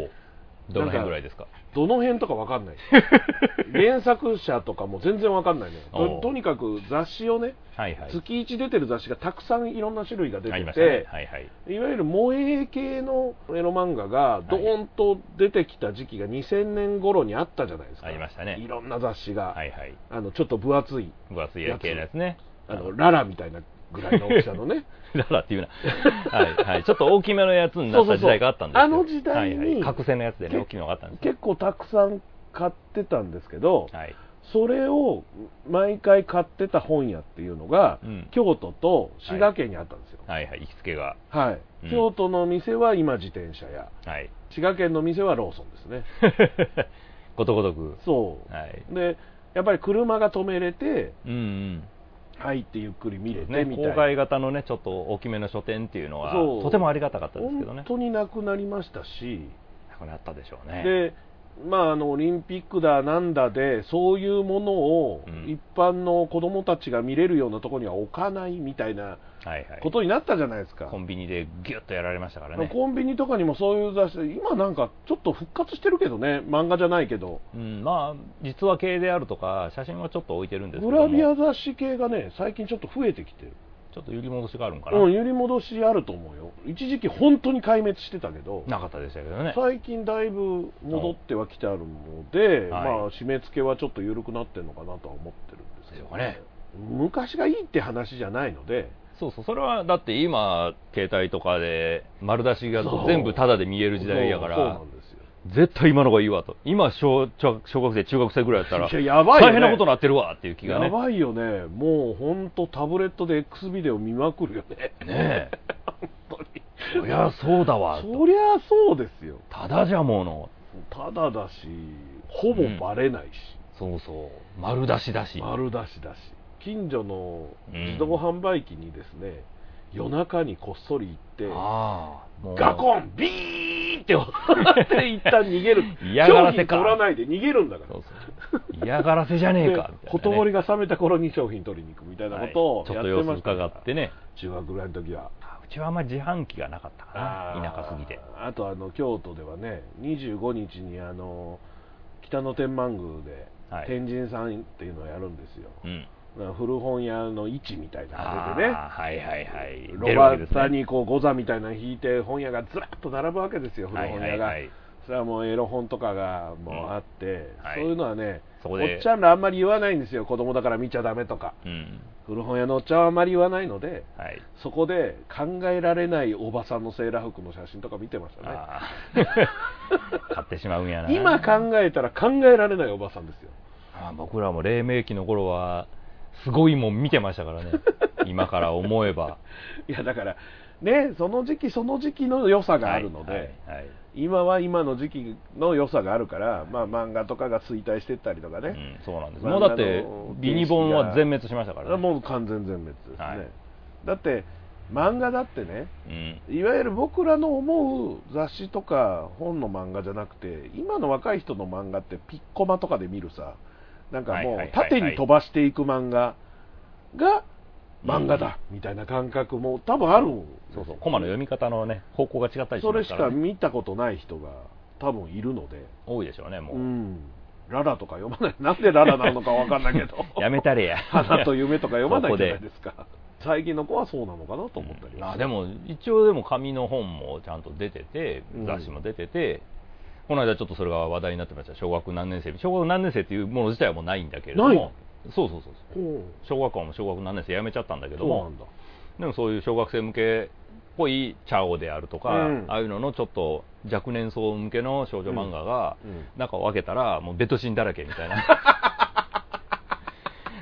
どの辺ぐらいですか？ どの辺とか分かんない原作者とかも全然分かんないね。とにかく雑誌をね、月1出てる雑誌がたくさんいろんな種類が出てて、いわゆる萌え系のエロ漫画がドーンと出てきた時期が2000年頃にあったじゃないですか。 ありましたね。 いろんな雑誌が、ちょっと分厚い系のやつね。 ララみたいなぐらいの大きさのねララっていうなちょっと大きめのやつになった時代があったんですよ。 あの時代に角栓のやつでね、大きいのがあったんです。 結構たくさん買ってたんですけど、それを毎回買ってた本屋っていうのが、京都と滋賀県にあったんですよ。 行きつけが。 京都の店は今自転車屋、滋賀県の店はローソンですねことごとく。 そうで、やっぱり車が止めれて、入ってゆっくり見れてみたいな、 郊外型のねちょっと大きめの書店っていうのはとてもありがたかったですけどね。 本当になくなりましたし、 なくなったでしょうね。 でオリンピックだなんだでそういうものを一般の子どもたちが見れるようなところには置かないみたいなことになったじゃないですか。 コンビニでギュッとやられましたからね。 コンビニとかにもそういう雑誌、今なんかちょっと復活してるけどね、漫画じゃないけど、 まあ実話系であるとか写真はちょっと置いてるんですけども、 グラビア雑誌系がね最近ちょっと増えてきてる。 ちょっと揺り戻しがあるんかな。 揺り戻しあると思うよ。一時期本当に壊滅してたけど、 なかったでしたけどね。 最近だいぶ戻ってはきてあるので、締め付けはちょっと緩くなってるのかなとは思ってるんですけどね。昔がいいって話じゃないので。 そうそれはだって今携帯とかで丸出しが全部タダで見える時代やから、そうなんですよ。絶対今のがいいわと。今小学生中学生ぐらいだったらやばいよね、 大変なことになってるわっていう気がね。 やばいよね。もう本当タブレットで X ビデオ見まくるよね。 ねえ本当に。そりゃそうだわ。 そりゃそうですよ。 ただじゃもの。 ただだし、ほぼバレないし、 そうそう丸出しだし。近所の自動販売機にですね、夜中にこっそり行って、ガコンビーって音って一旦逃げる。 嫌がらせか。 商品取らないで逃げるんだから。 嫌がらせじゃねえかみたいな、ね。 ほとぼりが冷めた頃に商品取りに行くみたいなことをやってました、 ちょっと様子伺ってね。 中学ぐらいの時は。 うちはあんまり自販機がなかったかな、田舎すぎて。 あと京都ではね、25日に北野天満宮で天神さんっていうのをやるんですよ。古本屋の位置みたいなのが出てね、ロバータにこうゴザみたいなの引いて本屋がずらっと並ぶわけですよ、古本屋が。それはもうエロ本とかがもうあって、そういうのはね、おっちゃんらあんまり言わないんですよ。子供だから見ちゃダメとか、古本屋のおっちゃんはあんまり言わないので、そこで考えられないおばさんのセーラー服の写真とか見てましたね。 買ってしまうんやな。 今考えたら考えられないおばさんですよ。 僕らも黎明期の頃はすごいもん見てましたからね。今から思えば。 いやだからね、その時期その時期の良さがあるので、今は今の時期の良さがあるから、漫画とかが衰退していったりとかね、 そうなんです。もうだってビニ本は全滅しましたからね。 もう完全全滅ですね。だって漫画だってね、いわゆる僕らの思う雑誌とか本の漫画じゃなくて、今の若い人の漫画ってピッコマとかで見るさ、なんかもう縦に飛ばしていく漫画が漫画だみたいな感覚も多分ある。 コマの読み方のね方向が違ったりしますからね。 それしか見たことない人が多分いるので。 多いでしょうね。もうララとか読まない。なんでララなのか分かんないけどやめたれや。 花と夢とか読まないじゃないですか。最近の子はそうなのかなと思ったり、 でも一応でも紙の本もちゃんと出てて、雑誌も出てて、この間ちょっとそれが話題になってました。小学何年生っていうもの自体はもうないんだけれども、そう小学校も小学何年生やめちゃったんだけども、でもそういう小学生向けっぽいチャオであるとか、ああいうののちょっと若年層向けの少女漫画が中を開けたらもうベッドシーンだらけみたいな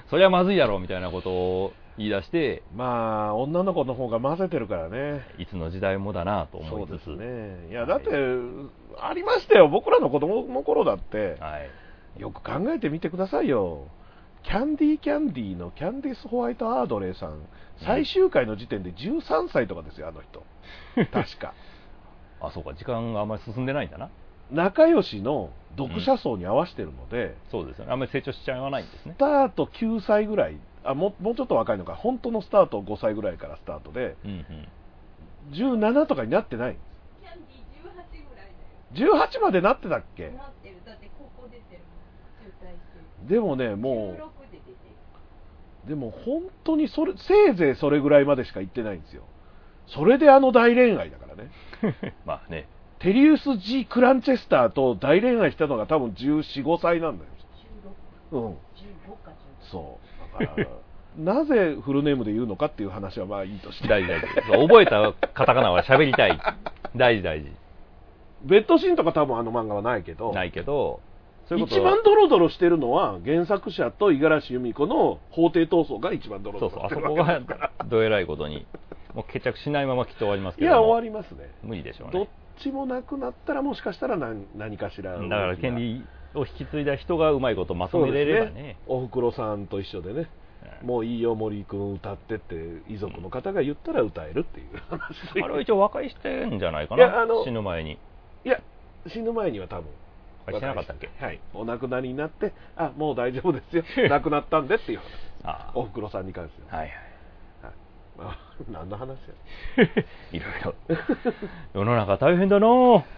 そりゃまずいだろうみたいなことを言い出して、 まあ女の子の方が混ぜてるからね、 いつの時代もだなと思いつつ。 そうですね。いやだって、ありましたよ、僕らの子供の頃だって、よく考えてみてくださいよ。キャンディーのキャンディス・ホワイト・アードレイさん、最終回の時点で13歳とかですよ、あの人。確か。 あ、そうか、時間があんまり進んでないんだな。 仲良しの読者層に合わせてるので、 そうですよね、あんまり成長しちゃわないんですね。 スタート9歳ぐらい、もうちょっと若いのか、本当のスタート5歳ぐらいからスタートで、17とかになってない。キャンディー18ぐらいだよ。18までなってたっけ？なってる。だって高校出てるもん、中退して。でもね、もうでも本当にせいぜいそれぐらいまでしか行ってないんですよ。それで大恋愛だからね。 まあね。 テリウス・G・クランチェスターと大恋愛したのが多分14、15歳なんだよ。16。うん。15か16。そう。だからなぜフルネームで言うのかっていう話はまあいいとして。 大事。覚えたカタカナは喋りたい。大事。 ベッドシーンとか多分漫画はないけど。そういうこと一番ドロドロしてるのは原作者と五十嵐由美子の法廷闘争が一番ドロドロしてる。 そう、あそこがどえらいことにもう決着しないままきっと終わりますけど。 いや終わりますね。 無理でしょうね。 どっちもなくなったらもしかしたら何かしら。 だから権利を引き継いだ人がうまいことまとめれればね。 おふくろさんと一緒でね、もういいよ森君歌ってって遺族の方が言ったら歌えるっていう話。 あれは一応和解してんじゃないかな。死ぬ前に。 いや死ぬ前には多分。 してなかったっけ？ はい、お亡くなりになって、もう大丈夫ですよ、亡くなったんでっていう話。おふくろさんに関しては。何の話や。 いろいろ世の中大変だな。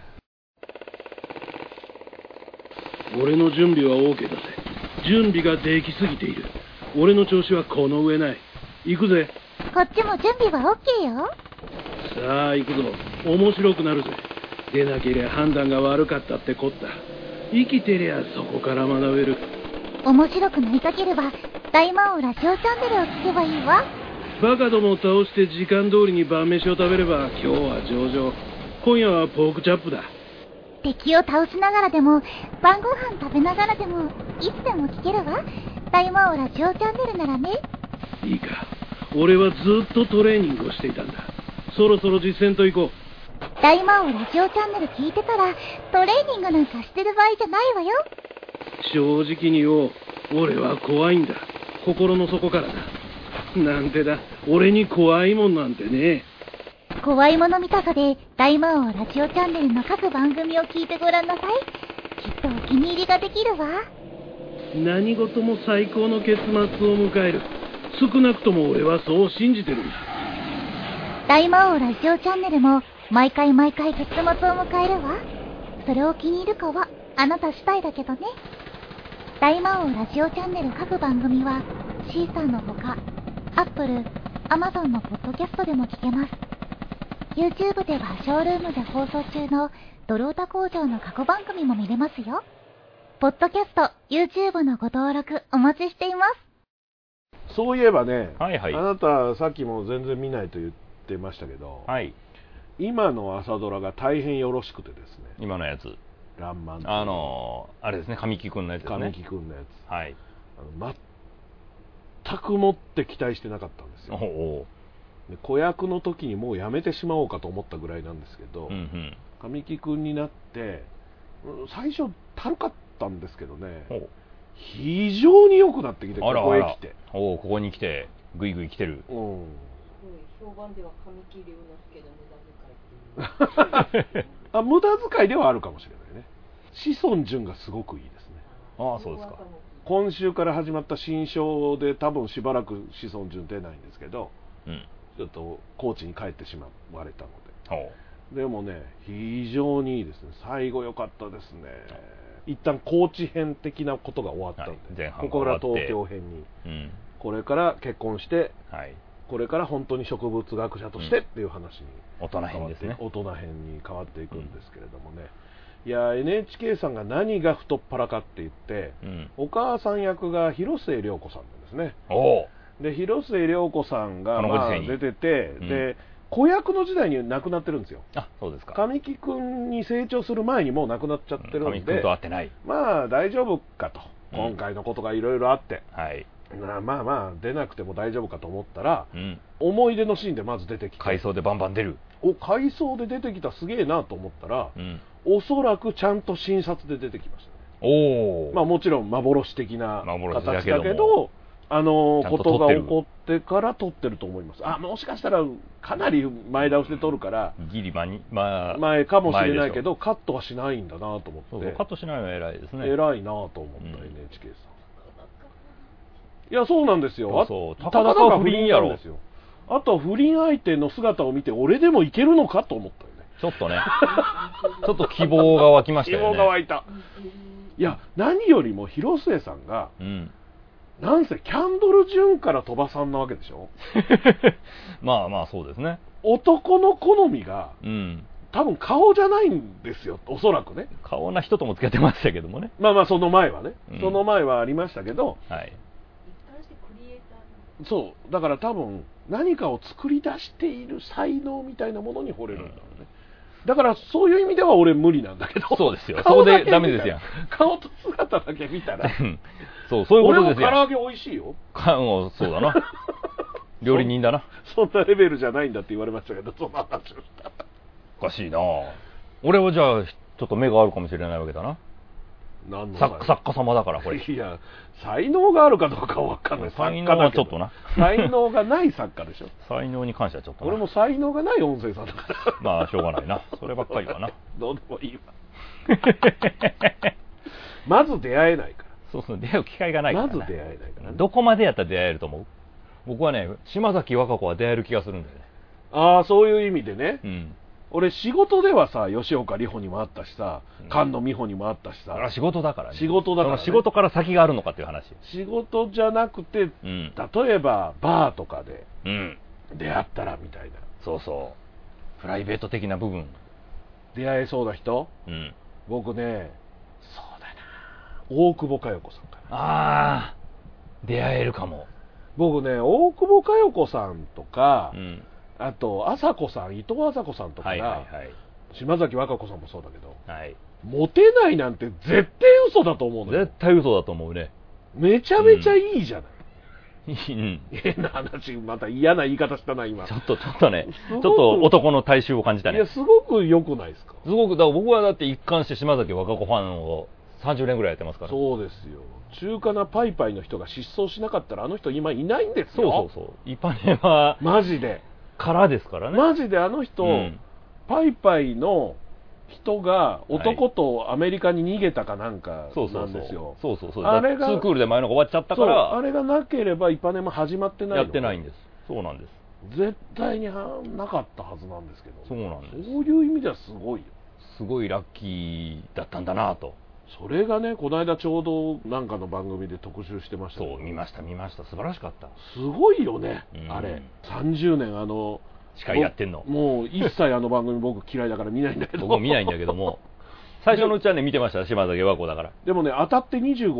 俺の準備は OK だぜ。準備ができすぎている。俺の調子はこの上ない。行くぜ。 こっちも準備は OK よ。 さあ行くぞ。面白くなるぜ。出なけりゃ判断が悪かったってこった。生きてりゃそこから学べる。 面白くなりたければ大魔王ラジオチャンネルを聞けばいいわ。 バカどもを倒して時間通りに晩飯を食べれば今日は上々。今夜はポークチャップだ。 敵を倒しながらでも晩ご飯食べながらでもいつでも聞けるわ。大魔王ラジオチャンネルならね。 いいか、俺はずっとトレーニングをしていたんだ。そろそろ実践と行こう。 大魔王ラジオチャンネル聞いてたらトレーニングなんかしてる場合じゃないわよ。 正直に言おう。俺は怖いんだ。心の底からだ。なんてだ、俺に怖いもんなんてね。 怖いもの見たさで大魔王ラジオチャンネルの各番組を聞いてごらんなさい。きっとお気に入りができるわ。 何事も最高の結末を迎える。少なくとも俺はそう信じてるんだ。 大魔王ラジオチャンネルも毎回結末を迎えるわ。それを気に入るかはあなた次第だけどね。大魔王ラジオチャンネル各番組はシーサーのほか Apple、Amazon のポッドキャストでも聞けます。 YouTube ではショールームで放送中のドルオタ工場の過去番組も見れますよ。ポッドキャスト YouTube のご登録お待ちしています。そういえばね、あなたさっきも全然見ないと言ってましたけど、今の朝ドラが大変よろしくてですね。 今のやつらんまん、 あれですね、神木くんのやつですね。 神木くんのやつ、全くもって期待してなかったんですよ。で子役の時にもうやめてしまおうかと思ったぐらいなんですけど、神木くんになって最初たるかったんですけどね、非常に良くなってきて、ここへ来て。 ここに来てグイグイ来てる。 評判では神木隆之介の無駄遣いっていう無駄遣いではあるかもしれないね。志尊淳がすごくいいですね。 そうですか。 今週から始まった新章で多分しばらく志尊淳出ないんですけど、ちょっと高知に帰ってしまわれたので、でもね非常にいいですね。最後良かったですね。一旦高知編的なことが終わったんで、ここから東京編に、これから結婚して、これから本当に植物学者としてっていう話に、 大人編ですね。 大人編に変わっていくんですけれどもね、いや NHK さんが何が太っ腹かって言って、お母さん役が広末涼子さんなんですね。で広末涼子さんが出てて、で子役の時代に亡くなってるんですよ。 そうですか。 神木くんに成長する前にもう亡くなっちゃってるんで、 神木くんと会ってない。 まあ大丈夫かと、今回のことがいろいろあって、 まあ出なくても大丈夫かと思ったら、思い出のシーンでまず出てきて、 回想でバンバン出る。 回想で出てきた、すげえなと思ったら、おそらくちゃんと診察で出てきましたね。もちろん幻的な形だけど、ことが起こってから撮ってると思います。もしかしたらかなり前倒しで撮るからギリ前かもしれないけど、カットはしないんだなと思って。 そうカットしないのは偉いですね。 偉いなと思った、NHK さん。いや、そうなんですよ。 たかだか不倫やろ。 あと不倫相手の姿を見て、俺でもいけるのかと思ったよね。 ちょっとねちょっと希望が湧きましたよね。 希望が湧いた。いや、何よりも広末さんが、なんせキャンドル・ジュンから鳥羽さんなわけでしょまあそうですね。 男の好みが、多分顔じゃないんですよ、おそらくね。 顔な人ともつけてましたけどもね。 その前はね、その前はありましたけど、そうだから多分何かを作り出している才能みたいなものに惚れるんだろうね。だからそういう意味では俺無理なんだけど。 そうですよ。そこでダメですやん。 顔と姿だけ見たらそういうことですよ。 俺も唐揚げ美味しいよ。 そうだな。料理人だな。 そんなレベルじゃないんだって言われましたけど、その話をした。 おかしいな。俺はじゃあちょっと目があるかもしれないわけだな。作家様だからこれ。 いや、才能があるかどうかは分かんない。 才能はちょっとな。 才能がない作家でしょ。 才能に関してはちょっとな。 俺も才能がない音声さんだから。 しょうがないな。そればっかりはな。 どうでもいいわ。まず出会えないから。 そう出会う機会がないから。 まず出会えないから、 どこまでやったら出会えると思う？僕はね、島崎和歌子は出会える気がするんだよね。 そういう意味でね。俺仕事ではさ、吉岡里帆にもあったしさ、菅野美穂にもあったしさ。 仕事だからね。 仕事だから、ね、 仕事から先があるのかっていう話。 仕事じゃなくて、例えばバーとかで出会ったらみたいな。 そうプライベート的な部分出会えそうな人、僕ね、そうだな、大久保佳代子さんかな。 出会えるかも。 僕ね、大久保佳代子さんとか、あと朝子さん、伊藤麻子さんとかが、島崎和歌子さんもそうだけど、モテないなんて絶対嘘だと思うのよ。 絶対嘘だと思うね。 めちゃめちゃいいじゃない。変な話、また嫌な言い方したな今。 ちょっとね、ちょっと男の大衆を感じたね。 いや、すごく良くないですか。 すごく。だから僕はだって一貫して島崎和歌子ファンを30年ぐらいやってますから。 そうですよ。中華なパイパイの人が失踪しなかったらあの人今いないんですよ。 イパネはマジでからですからね。 マジであの人、パイパイの人が男とアメリカに逃げたかなんかなんですよ。 あれが2クールで前のが終わっちゃったから。 あれがなければイパネも始まってないの。 やってないんです。そうなんです。 絶対になかったはずなんですけど。 そうなんです。 そういう意味ではすごいよ。 すごいラッキーだったんだなと。 それがね、この間ちょうどなんかの番組で特集してました。 見ました素晴らしかった。 すごいよね、あれ30年司会やってんの。 もう一切あの番組僕嫌いだから見ないんだけど。 僕見ないんだけども最初のうちはね見てました、島崎和歌子だから。 でもね、当たって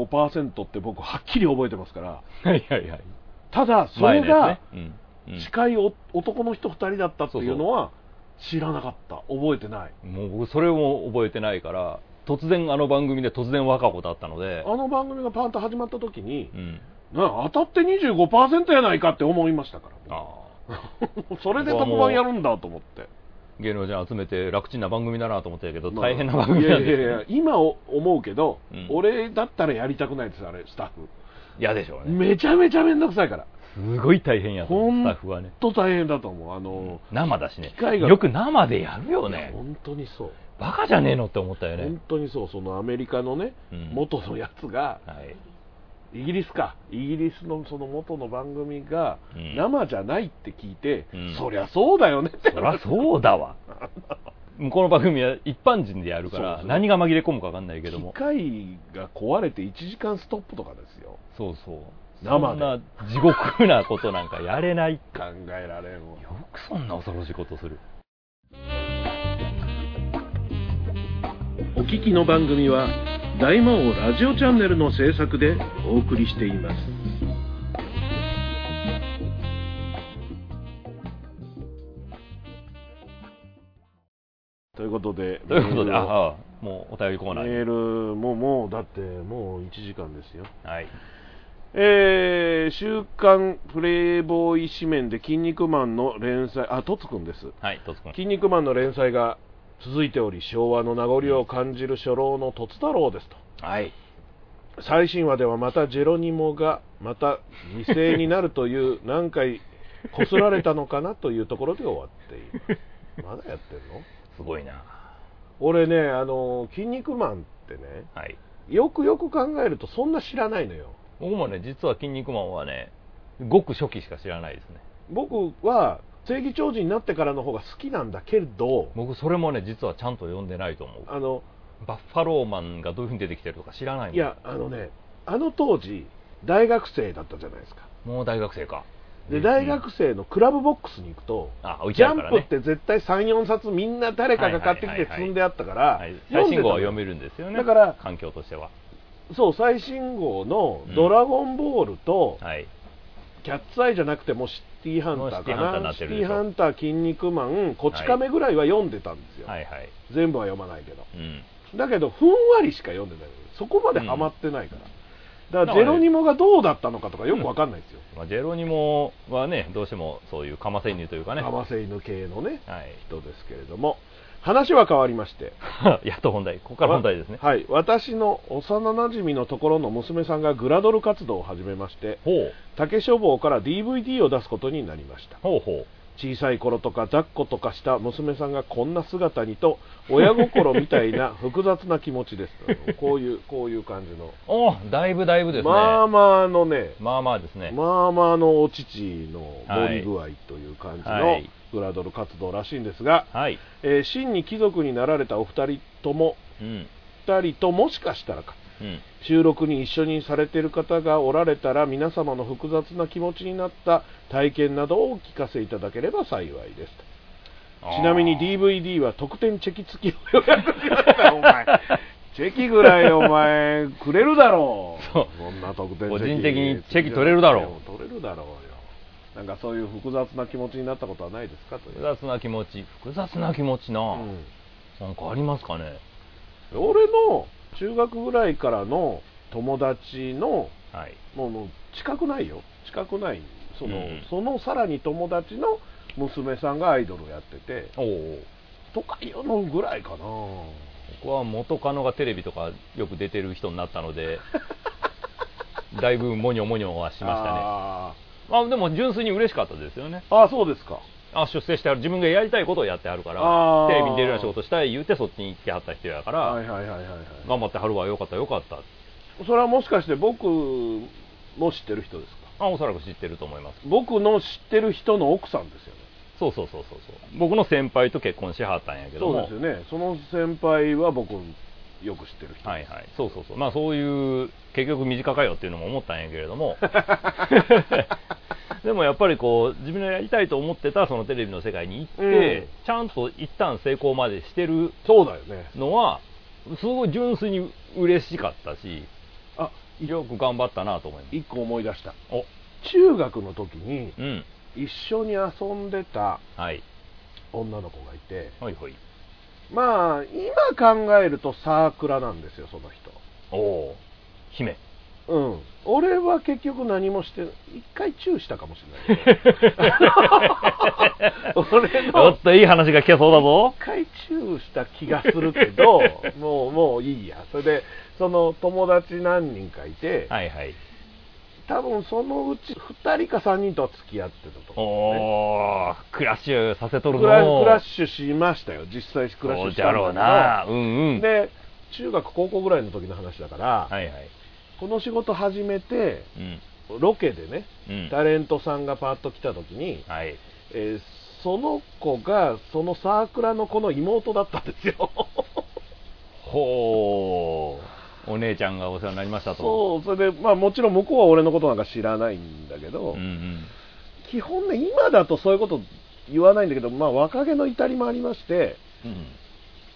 25% って僕はっきり覚えてますから。ただそれが司会男の人2人だったっていうのは知らなかった。覚えてない。 もう僕それも覚えてないから、突然あの番組で突然和歌子だったので、 あの番組がパンと始まった時に、当たって 25% やないかって思いましたから。それで特番やるんだと思って。 芸能人集めて楽ちんな番組だなと思ってたけど、大変な番組なんです。 いや今思うけど、俺だったらやりたくないです。あれスタッフ嫌でしょうね。 めちゃめちゃめんどくさいから。 すごい大変やと思う、スタッフはね。 ほんと大変だと思う。 生だしね。よく生でやるよね。 本当にそう。 バカじゃねえのって思ったよね。 本当にそう。そのアメリカのね、元のやつが、イギリスのその元の番組が生じゃないって聞いて、そりゃそうだよねって。 そりゃそうだわ。向こうの番組は一般人でやるから何が紛れ込むか分かんないけども、 機械が壊れて1時間ストップとかですよ。 そうそんな地獄なことなんかやれない。 考えられんわ。よくそんな恐ろしいことする。 お聞きの番組は大魔王ラジオチャンネルの制作でお送りしています。ということで、 もうお便りコーナーに。 メールもうだってもう1時間ですよ。 週刊プレイボーイ紙面で筋肉マンの連載、トツくんです。 はい、トツくん。 筋肉マンの連載が続いており、昭和の名残を感じる初老のトツ太郎ですと。 はい。 最新話ではまたジェロニモがまた犠牲になるという何回こすられたのかなというところで終わっている。まだやってんの？ すごいな。 俺ね、筋肉マンってね、 はい、 よくよく考えるとそんな知らないのよ。 僕もね、実は筋肉マンはね、ごく初期しか知らないですね。 僕は正義超人になってからの方が好きなんだけど、 僕それもね、実はちゃんと読んでないと思う。バッファローマンがどういう風に出てきてるとか知らないの。 いや、当時大学生だったじゃないですか。 もう大学生か。 で、大学生のクラブボックスに行くと、ジャンプって絶対 3,4 冊みんな誰かが買ってきて積んであったから、 最新号は読めるんですよね。 だから環境としては。 そう、最新号のドラゴンボールと、キャッツアイじゃなくてもシティハンターかな、シティハンター、筋肉マン、こち亀ぐらいは読んでたんですよ。全部は読まないけど。だけどふんわりしか読んでない。そこまでハマってないから、だからジェロニモがどうだったのかとかよく分かんないですよ。 ジェロニモはね、どうしてもそういうカマセイヌというかね、 カマセイヌ系のね、人ですけれども、話は変わりましてやっと本題、ここから本題ですね。 はい、私の幼なじみのところの娘さんがグラドル活動を始めまして、竹書房から DVD を出すことになりました。小さい頃とか抱っことかした娘さんがこんな姿にと親心みたいな複雑な気持ちですこういう感じの、 だいぶですね。 まあまあのね、 まあまあですね、 まあまあのお乳の盛り具合という感じのグラドル活動らしいんですが、真に貴族になられたお二人とも、もしかしたらか、収録に一緒にされている方がおられたら、皆様の複雑な気持ちになった体験などをお聞かせいただければ幸いですと。ちなみに DVD は特典チェキ付きを予約しました。お前チェキぐらいお前くれるだろう。そんな特典チェキ個人的にチェキ取れるだろう。 取れるだろうよ。なんかそういう複雑な気持ちになったことはないですかという。 複雑な気持ちな、なんかありますかね。 俺の中学ぐらいからの友達の、もう近くないよ、近くない、そのさらに友達の娘さんがアイドルをやってて、とかいうのぐらいかな。 僕は元カノがテレビとかよく出てる人になったのでだいぶモニョモニョはしましたね。でも純粋に嬉しかったですよね。 そうですか。 出世してある、自分がやりたいことをやってはるから、テレビに出るような仕事したい言うてそっちに行ってはった人やから、頑張ってはるわ、よかった。 それはもしかして僕も知ってる人ですか？ おそらく知ってると思います。 僕の知ってる人の奥さんですよね。 そう僕の先輩と結婚しはったんやけども。 そうですよね。その先輩は僕よく知ってる人です。 そうそういう結局短かよっていうのも思ったんやけれどもでもやっぱり自分のやりたいと思ってたそのテレビの世界に行って、ちゃんと一旦成功までしてるのはすごい純粋に嬉しかったし、よく頑張ったなと思います。 一個思い出した。中学の時に、一緒に遊んでた女の子がいて、まあ今考えるとサークラなんですよ、その人。 姫。 俺は結局何もして一回チューしたかもしれないちょっといい話が聞けそうだぞ。 一回チューした気がするけどもういいや。それでその友達何人かいて、多分そのうち2人か3人とは付き合ってたと思う、 クラッシュさせとるの。 クラッシュしましたよ、実際クラッシュしたんだけど。で中学高校ぐらいの時の話だから、この仕事始めて、ロケでね、タレントさんがパッと来た時に、その子がそのサークラの子の妹だったんですよお姉ちゃんがお世話になりましたと。 それでもちろん向こうは俺のことなんか知らないんだけど、基本ね、今だとそういうこと言わないんだけど、若気の至りもありまして、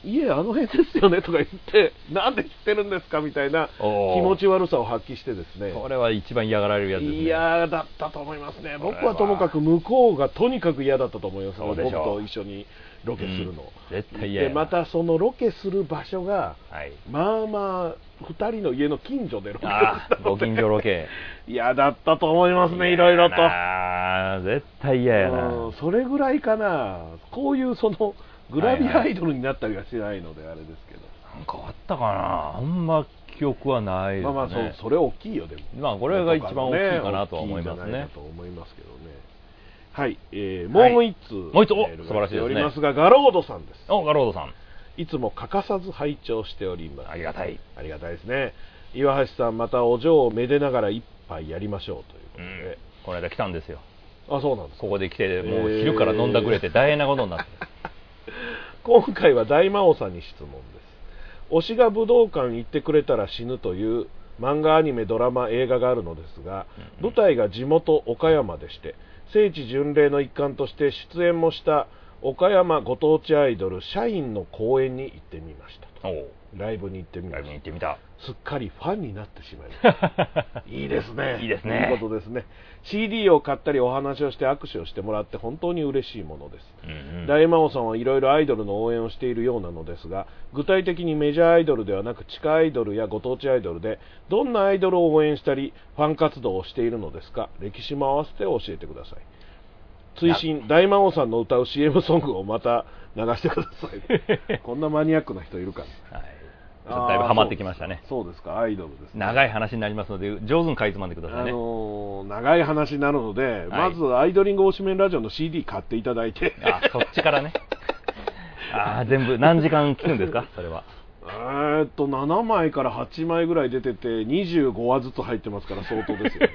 家あの辺ですよねとか言ってなんで知ってるんですかみたいな気持ち悪さを発揮してですね、 これは一番嫌がられるやつですね。 嫌だったと思いますね。僕はともかく向こうがとにかく嫌だったと思います。僕と一緒にロケするの、 絶対嫌やな。 でまたそのロケする場所が、 はい、 まあまあ2人の家の近所でロケご近所ロケ嫌だったと思いますね。いろいろと絶対嫌やな。 それぐらいかな。こういうそのグラビアアイドルになったりはしないのであれですけど、 なんかあったかな。あんま記憶はないですね。 まあそれ大きいよ。でもまあこれが一番大きいかなとは思いますね。 と思いますけどね。はい、もう一通、 もう一つ、素晴らしいですね。 おりますが、ガロードさんです。 ガロードさん、 いつも欠かさず拝聴しております。 ありがたいですね。岩橋さん、またお嬢をめでながら一杯やりましょうということで、 この間来たんですよ。 そうなんです。 ここで来て、もう昼から飲んだくれて大変なことになって今回は大魔王さんに質問です。推しが武道館行ってくれたら死ぬという漫画、アニメ、ドラマ、映画があるのですが、舞台が地元岡山でして、聖地巡礼の一環として出演もした岡山ご当地アイドル社員の公演に行ってみましたと。ライブに行ってみました。すっかりファンになってしまいましたいいですね。 いいですね。 いいことですね。 CD を買ったりお話をして握手をしてもらって本当に嬉しいものです。大魔王さんはいろいろアイドルの応援をしているようなのですが、具体的にメジャーアイドルではなく地下アイドルやご当地アイドルでどんなアイドルを応援したりファン活動をしているのですか。歴史も合わせて教えてください。追伸、大魔王さんの歌う CM ソングをまた流してくださいこんなマニアックな人いるかな、 はい、だいぶハマってきましたね。 そうですか。アイドルですね。 長い話になりますので上手にかいつまんでくださいね。 長い話になるので、まずアイドリング推しメンラジオの CD 買っていただいてそっちからね全部何時間聞くんですかそれは。 7枚から8枚ぐらい出てて25話ずつ入ってますから相当ですよね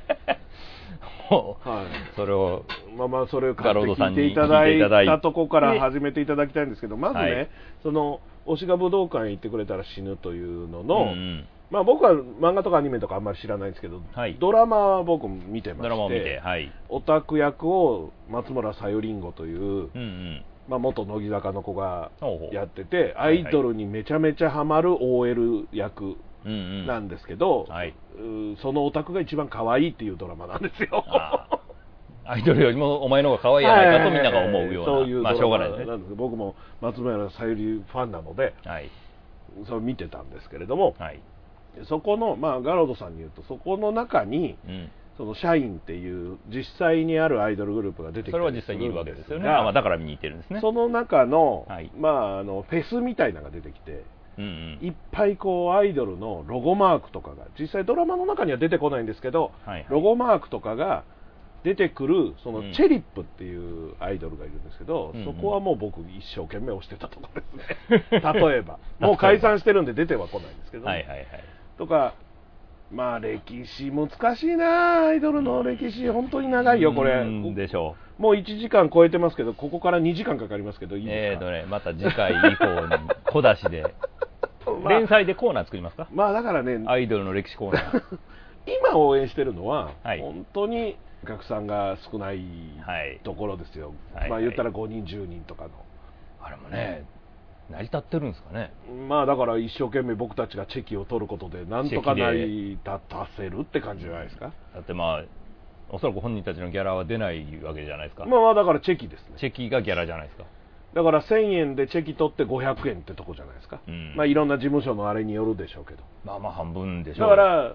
はい、それをそれを買って聞いていただいたとこから始めていただきたいんですけど、まずね、その推しが武道館へ行ってくれたら死ぬというのの、僕は漫画とかアニメとかあんまり知らないんですけど、ドラマは僕見てまして、オタク役を松村さゆりんごという、元乃木坂の子がやってて、アイドルにめちゃめちゃハマる OL 役なんですけど、そのオタクが一番可愛いっていうドラマなんですよアイドルよりもお前の方が可愛いやないかとみんなが思うような、 そういうしょうがないですね。 僕も松村さゆりファンなので、それ見てたんですけれども、そこの、ガロードさんに言うとそこの中に、その社員っていう実際にあるアイドルグループが出てきて、それは実際にいるわけですよね。だから見に行ってるんですね。 その中の、フェスみたいなのが出てきて、いっぱいこうアイドルのロゴマークとかが実際ドラマの中には出てこないんですけど、ロゴマークとかが出てくるそのチェリップっていうアイドルがいるんですけど、そこはもう僕一生懸命推してたところですね例えばもう解散してるんで出てはこないんですけど、とか歴史難しいな。アイドルの歴史本当に長いよこれ。 でしょう。もう1時間超えてますけど、ここから2時間かかりますけどいいですか。 また次回以降に小出しで連載でコーナー作りますか。 だからね、 アイドルの歴史コーナー今応援してるのは、本当にお客さんが少ないところですよ。言ったら5人10人とかのあれもね成り立ってるんですかね。 だから一生懸命僕たちがチェキを取ることでなんとか成り立たせるって感じじゃないですか。 だっておそらく本人たちのギャラは出ないわけじゃないですか。 だからチェキですね。 チェキがギャラじゃないですか。 だから1000円でチェキ取って500円ってとこじゃないですか。いろんな事務所のあれによるでしょうけど、 半分でしょう。 だから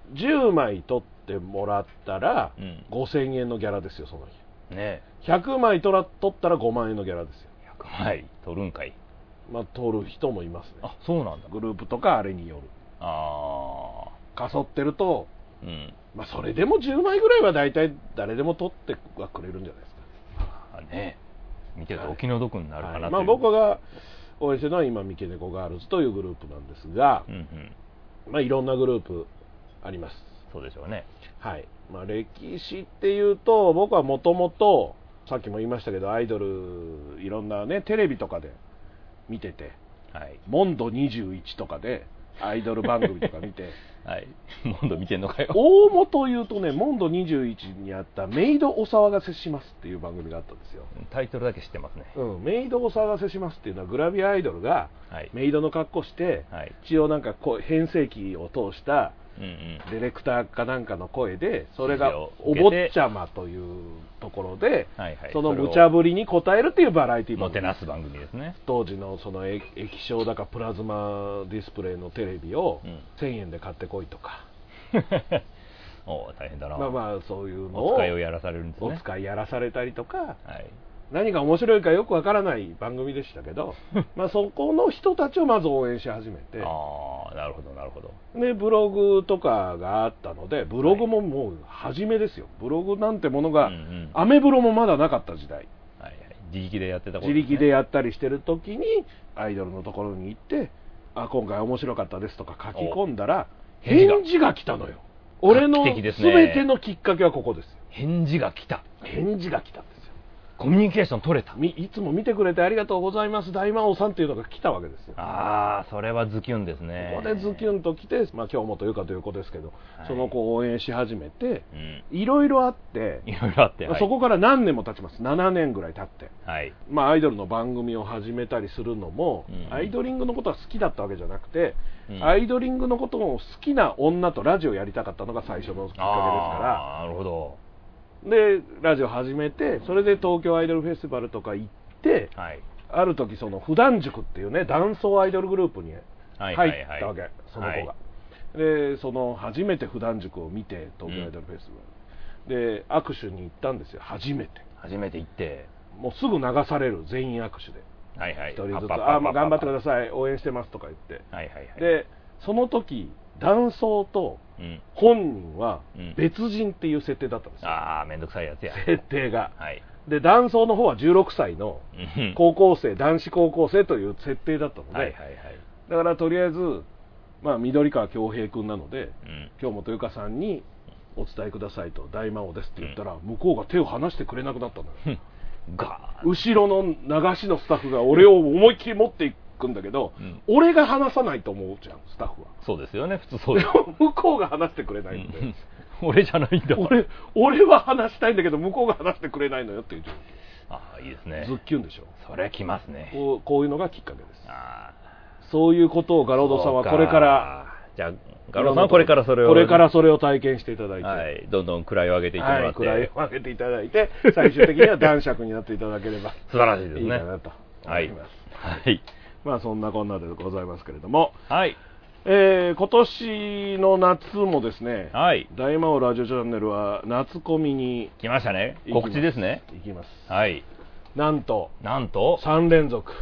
10枚取ってもらったら5000円のギャラですよその日ね。100枚取ったら5万円のギャラですよ。 100枚取るんかい。 取る人もいますね。 そうなんだ。 グループとかあれによる。かそってると、それでも10枚ぐらいは大体誰でも取ってはくれるんじゃないですか。 見てるとお気の毒になるかなという。 僕が応援してるのは今三毛猫ガールズというグループなんですが、いろんなグループあります。 そうでしょうね。 歴史っていうと僕はもともとさっきも言いましたけどアイドルいろんなねテレビとかで見てて、モンド21とかでアイドル番組とか見てはい、モンド見てんのかよ。 大元言うとね、モンド21にあったメイドお騒がせしますっていう番組があったんですよ。 タイトルだけ知ってますね。 メイドお騒がせしますっていうのはグラビアアイドルがメイドの格好して、はい、一応なんか編成機を通したディレクターかなんかの声で、それがお坊ちゃまというところで、はいはい、その無茶ぶりに応えるっていうバラエティ番組、 もてなす番組ですね。 当時のその液晶だかプラズマディスプレイのテレビを1000円で買ってこいとかお大変だな。 まあまあそういうのをお使いをやらされるんですね。 お使いやらされたりとか、 はい、 何が面白いかよくわからない番組でしたけどまあそこの人たちをまず応援し始めて、 ああなるほどなるほど。 でブログとかがあったので、ブログももう初めですよ。ブログなんてものが、アメブロもまだなかった時代、 はいはい、自力でやってたことですね。自力でやったりしてる時にアイドルのところに行って、あ今回面白かったですとか書き込んだら返事が来たのよ。俺の全てのきっかけはここですよ。 返事が来た。 返事が来たんですよ。 コミュニケーション取れた。 いつも見てくれてありがとうございます大魔王さんっていうのが来たわけですよ。 ああそれはズキュンですね。 ここでズキュンと来て、まあ、今日もというかという子ですけど、はい、その子を応援し始めて、いろいろあってまあ、そこから何年も経ちます。7年ぐらい経って、はい、まあ、アイドルの番組を始めたりするのも、アイドリングのことは好きだったわけじゃなくて、アイドリングのことを好きな女とラジオやりたかったのが最初のきっかけですから。 なるほど。 でラジオ始めて、それで東京アイドルフェスティバルとか行って、はい、ある時その普段塾っていうね男装アイドルグループに入ったわけ、その子が、はい、でその初めて普段塾を見て東京アイドルフェスティバル、で握手に行ったんですよ。初めて行ってもうすぐ流される、全員握手で、はいはい、1人ずつまあ、頑張ってください応援してますとか言って、はいはいはい、でその時男装と本人は別人っていう設定だったんですよ。 ああめんどくさいやつや。 設定が、はい、で男装の方は16歳の高校生男子高校生という設定だったので、はいはいはい、だからとりあえず、まあ、緑川恭平君なので、京本由香さんにお伝えくださいと、大魔王ですって言ったら、向こうが手を離してくれなくなったのよ後ろの流しのスタッフが俺を思いっきり持っていくんだけど、俺が話さないと思うじゃんスタッフは。 そうですよね、普通そうです。 向こうが話してくれないので俺じゃないんだ。 俺は話したいんだけど向こうが話してくれないのよっていう状況。 ああいいですね。 ズッキュンでしょ。 それきますね。 こういうのがきっかけです。あそういうことをガロードさんはこれから、 じゃあガロードさんはこれからそれを体験していただいて、はい、どんどん位を上げていってもらって、 はい、位を上げていただいて最終的には男爵になっていただければ素晴らしいですね。 いいかなと思います。はい、はい、まあそんなこんなでございますけれども、はい、今年の夏もですね、はい、大魔王ラジオチャンネルは夏コミに来ましたね。告知ですね。 行きます。 はい。 なんと3連続。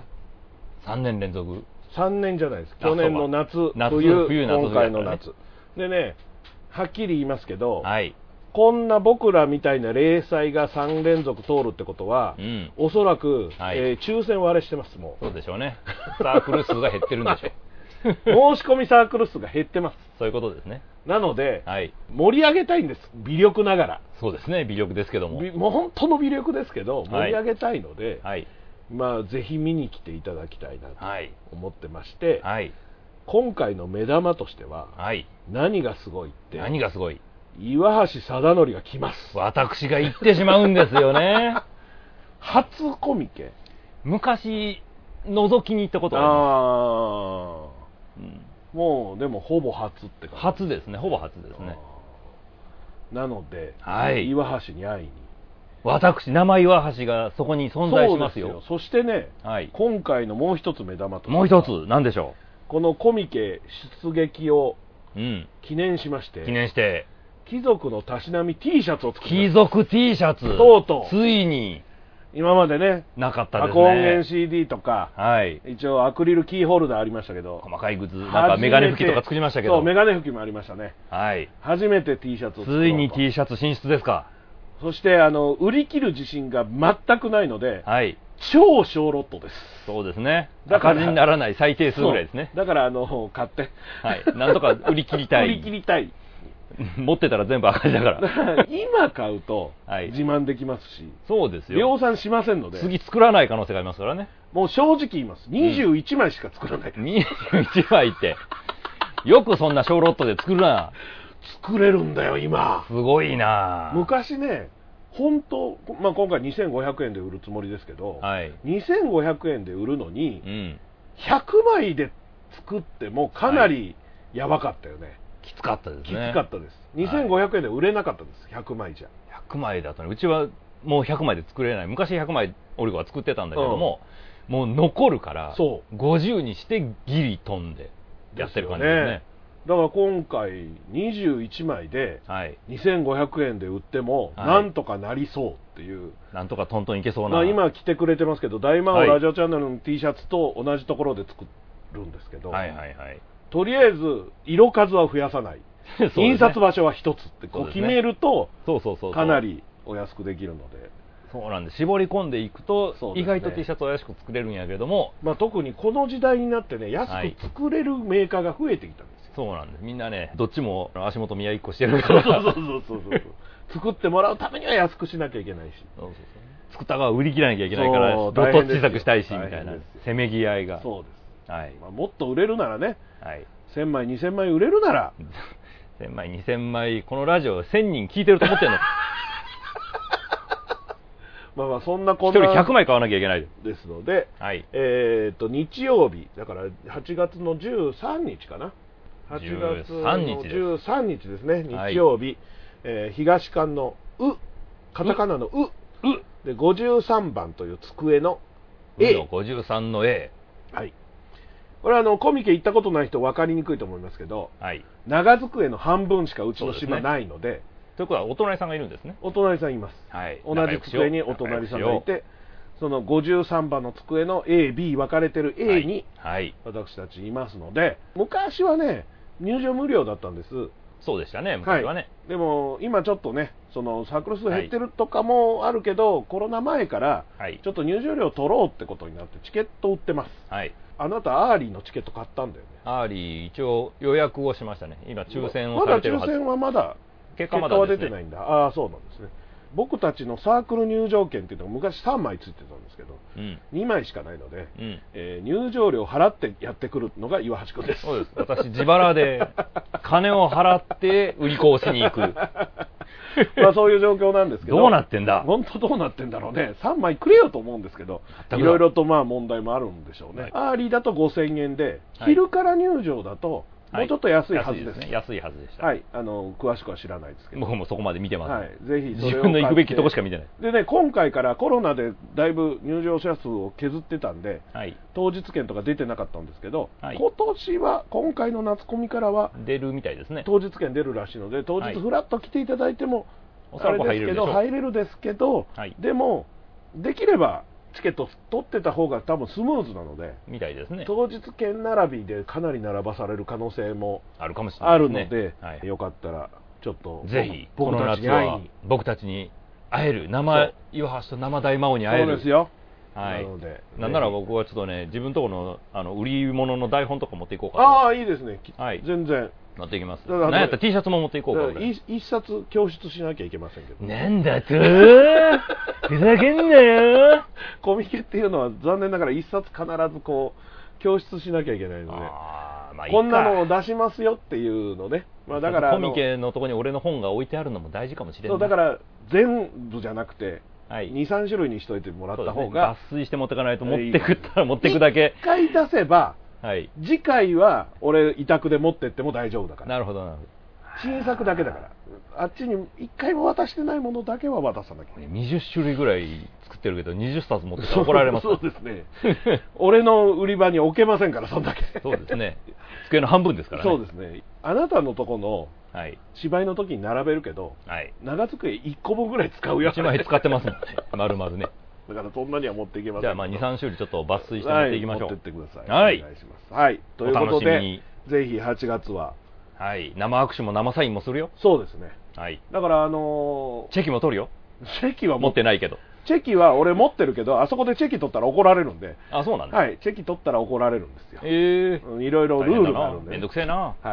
3年連続。 3年じゃないです。去年の夏、冬、今回の夏。でね、はっきり言いますけど、はい、こんな僕らみたいな零細が3連続通るってことは、おそらく、はい、抽選割れしてます。もうそうでしょうね。サークル数が減ってるんでしょう。 申し込みサークル数が減ってます。 そういうことですね。 なので、はい、盛り上げたいんです。微力ながら。 そうですね、微力ですけども。 もう本当の微力ですけど、盛り上げたいので、はい、まあ、ぜひ見に来ていただきたいなと思ってまして、はい、今回の目玉としては、はい、何がすごいって、岩橋貞則が来ます。 私が言ってしまうんですよね。 初コミケ。 昔覗きに行ったことあります。 もうでもほぼ初って感じ。 初ですね、ほぼ初ですね。 なので、はい、岩橋に会いに。 私、生岩橋がそこに存在しますよ。 そしてね、はい、今回のもう一つ目玉ともう一つ、何でしょう。このコミケ出撃を記念しまして、貴族のたしなみ T シャツを作りました。 貴族 T シャツ、 とうとうついに。 今までね、 なかったですね。 過去音源 CD とか、はい、一応アクリルキーホルダーありましたけど、 細かいグッズ、なんかメガネ拭きとか作りましたけど、 そうメガネ拭きもありましたね。はい。初めて T シャツを作ろうと。 ついに T シャツ進出ですか。 そして売り切る自信が全くないので、はい、超小ロットです。 そうですね。赤字にならない最低数ぐらいですね。 だから買って、 はい、なんとか売り切りたい。 売り切りたい。 持ってたら全部赤字だから。 今買うと自慢できますし、 そうですよ。 量産しませんので。 次作らない可能性がありますからね。 もう正直言います。21枚しか作らない。 21枚って。よくそんな小ロットで作るな。 作れるんだよ、今。 すごいな。 昔ね、本当、まあ、今回2500円で売るつもりですけど、 はい、 2500円で売るのに、100枚で作ってもかなりやばかったよね。 きつかったですね。 きつかったです。2500円で売れなかったです、100枚じゃ。 100枚だとね、うちはもう100枚で作れない。昔100枚オリゴは作ってたんだけども、もう残るから、50にしてギリ飛んでやってる感じですね。 だから今回21枚で2500円で売ってもなんとかなりそうっていう、 なんとかトントンいけそうな、 まあ、今着てくれてますけど、大魔王ラジオチャンネルの T シャツと同じところで作るんですけど、とりあえず色数は増やさない印刷場所は一つってこう決めるとかなりお安くできるので。 そうなんで、絞り込んでいくと、意外と T シャツを安く作れるんやけども、 まあ、特にこの時代になってね、安く作れるメーカーが増えてきたんですよ。 そうなんです。みんなね、どっちも足元見合いっこしてるから。 そう作ってもらうためには安くしなきゃいけないし、 作った側は売り切らなきゃいけないから、ロット小さくしたいしみたいなせめぎ合いが。 そうです、まあ、もっと売れるならね、1000枚2000枚売れるなら 1000枚2000枚、このラジオ1000人聞いてると思ってんの。 まあまあそんなこんな 1人100枚買わなきゃいけないですので、日曜日だから8月の13日かな、8月の13日ですね、日曜日、東館のカタカナので53番という机の A の53の A、 はい、これはコミケ行ったことない人分かりにくいと思いますけど、長机の半分しかうちの島ないので、 ということはお隣さんがいるんですね。 お隣さんいます、同じ机にお隣さんがいて、その53番の机の A、B 分かれてる A に私たちいますので、昔はね入場無料だったんです。 そうでしたね、昔はね、 でも今ちょっとね、そのサークル数減ってるとかもあるけど、コロナ前からちょっと入場料取ろうってことになってチケット売ってます。あなたアーリーのチケット買ったんだよね。 アーリー一応予約をしましたね。今抽選をされてるはず。 まだ抽選はまだ結果は出てないんだ。ああ、そうなんですね。僕たちのサークル入場券っていうのが昔3枚ついてたんですけど、2枚しかないので、入場料払ってやってくるのが岩橋君です。 そうです。私自腹で金を払って売り子をしに行く。 まあそういう状況なんですけど、 どうなってんだ、 本当どうなってんだろうね。3枚くれよと思うんですけど、いろいろとまあ問題もあるんでしょうね。アーリーだと5000円で、昼から入場だともうちょっと安いはずですね。 安いはずでした。 詳しくは知らないですけど、 僕もそこまで見てます。 ぜひ自分の行くべきとこしか見てない。 でね、今回からコロナでだいぶ入場者数を削ってたんで、当日券とか出てなかったんですけど、今年は今回の夏コミからは出るみたいですね。 当日券出るらしいので、当日フラッと来ていただいてもあれですけど、入れるですけど、でもできればチケット取ってた方が多分スムーズなので、 みたいですね。 当日券並びでかなり並ばされる可能性もあるかもしれないですね。 あるので、よかったらちょっとぜひこの夏は僕たちに会える、生岩橋と生大魔王に会える。 そうですよ。 なので、なんなら僕はちょっとね、自分とこの売り物の台本とか持っていこうかな。 ああ、いいですね。全然持っていきます。なんやったら T シャツも持っていこうか。 一冊供出しなきゃいけませんけど。 なんだとふざけんなよ。 コミケっていうのは残念ながら一冊必ずこう供出しなきゃいけないので、こんなのを出しますよっていうのね。まあだからコミケのところに俺の本が置いてあるのも大事かもしれない。 そうだから全部じゃなくて、2、3種類にしといてもらった方が、 抜粋して持っていかないと持ってくったら持ってくだけ。 1回出せば。次回は俺委託で持ってっても大丈夫だから。 なるほどなるほど。 新作だけだから、あっちに1回も渡してないものだけは渡さなきゃ。 20種類ぐらい作ってるけど20冊持ってたら怒られます。 そうですね。俺の売り場に置けませんから、そんだけ。 そうですね。机の半分ですからね。 そうですね。あなたのとこの芝居の時に並べるけど、長机1個分ぐらい使うよ。 1枚使ってますもんね。丸々ね。 だからそんなには持っていけません。 じゃあまあ 2,3 種類ちょっと抜粋して持っていきましょう。 持ってってください。お願いします。ということで、ぜひ8月は生握手も生サインもするよ。 そうですね。だからチェキも取るよ。 チェキは持ってないけど。 チェキは俺持ってるけど、あそこでチェキ取ったら怒られるんで。 あ、そうなんです。 チェキ取ったら怒られるんですよ。いろいろルールがあるんで。 めんどくせえな。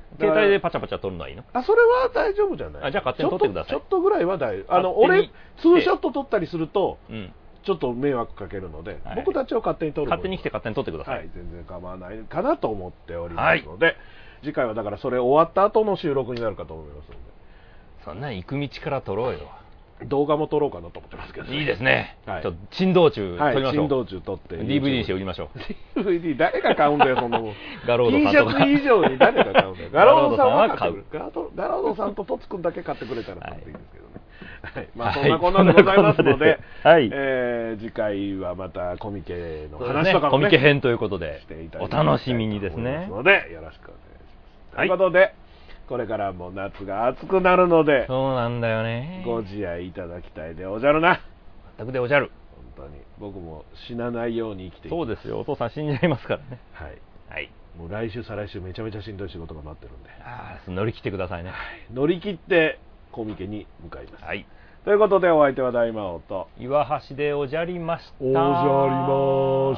携帯でパチャパチャ撮るのはいいの？ それは大丈夫じゃない？ じゃあ勝手に撮ってください。 ちょっとぐらいは大丈夫。俺ツーショット撮ったりすると、ちょっと迷惑かけるので、僕たちを勝手に撮る。 勝手に来て勝手に撮ってください。 全然構わないかなと思っておりますので、次回はだからそれ終わった後の収録になるかと思いますので。 そんな行く道から撮ろうよ。 動画も撮ろうかなと思ってますけど、 いいですね。ちょっと珍道中撮りましょう。 珍道中撮って DVD にして売りましょう。DVD 誰が買うんだよ、そんなもん。 ガロードさんとか。 T シャツ以上に誰が買うんだよ。ガロードさんは買う。ガロードさんとトツくんだけ買ってくれたらいいんですけどね。まあそんなこんなでございますので、次回はまたコミケの話とかもね、 コミケ編ということでお楽しみにですね。 のでよろしくお願いします。ということで。これからも夏が暑くなるので、 そうなんだよね。 ご自愛いただきたいでおじゃるな。 全くでおじゃる。 本当に僕も死なないように生きていきます。 そうですよ。お父さん死んじゃいますからね。 はい。もう来週再来週めちゃめちゃしんどい仕事が待ってるんで。 乗り切ってくださいね。 乗り切ってコミケに向かいます。ということでお相手は大魔王と岩橋でおじゃりました。 おじゃりました。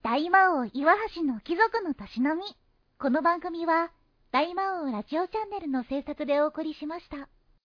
大魔王岩橋の貴族のたしなみ。この番組は大魔王ラジオチャンネルの制作でお送りしました。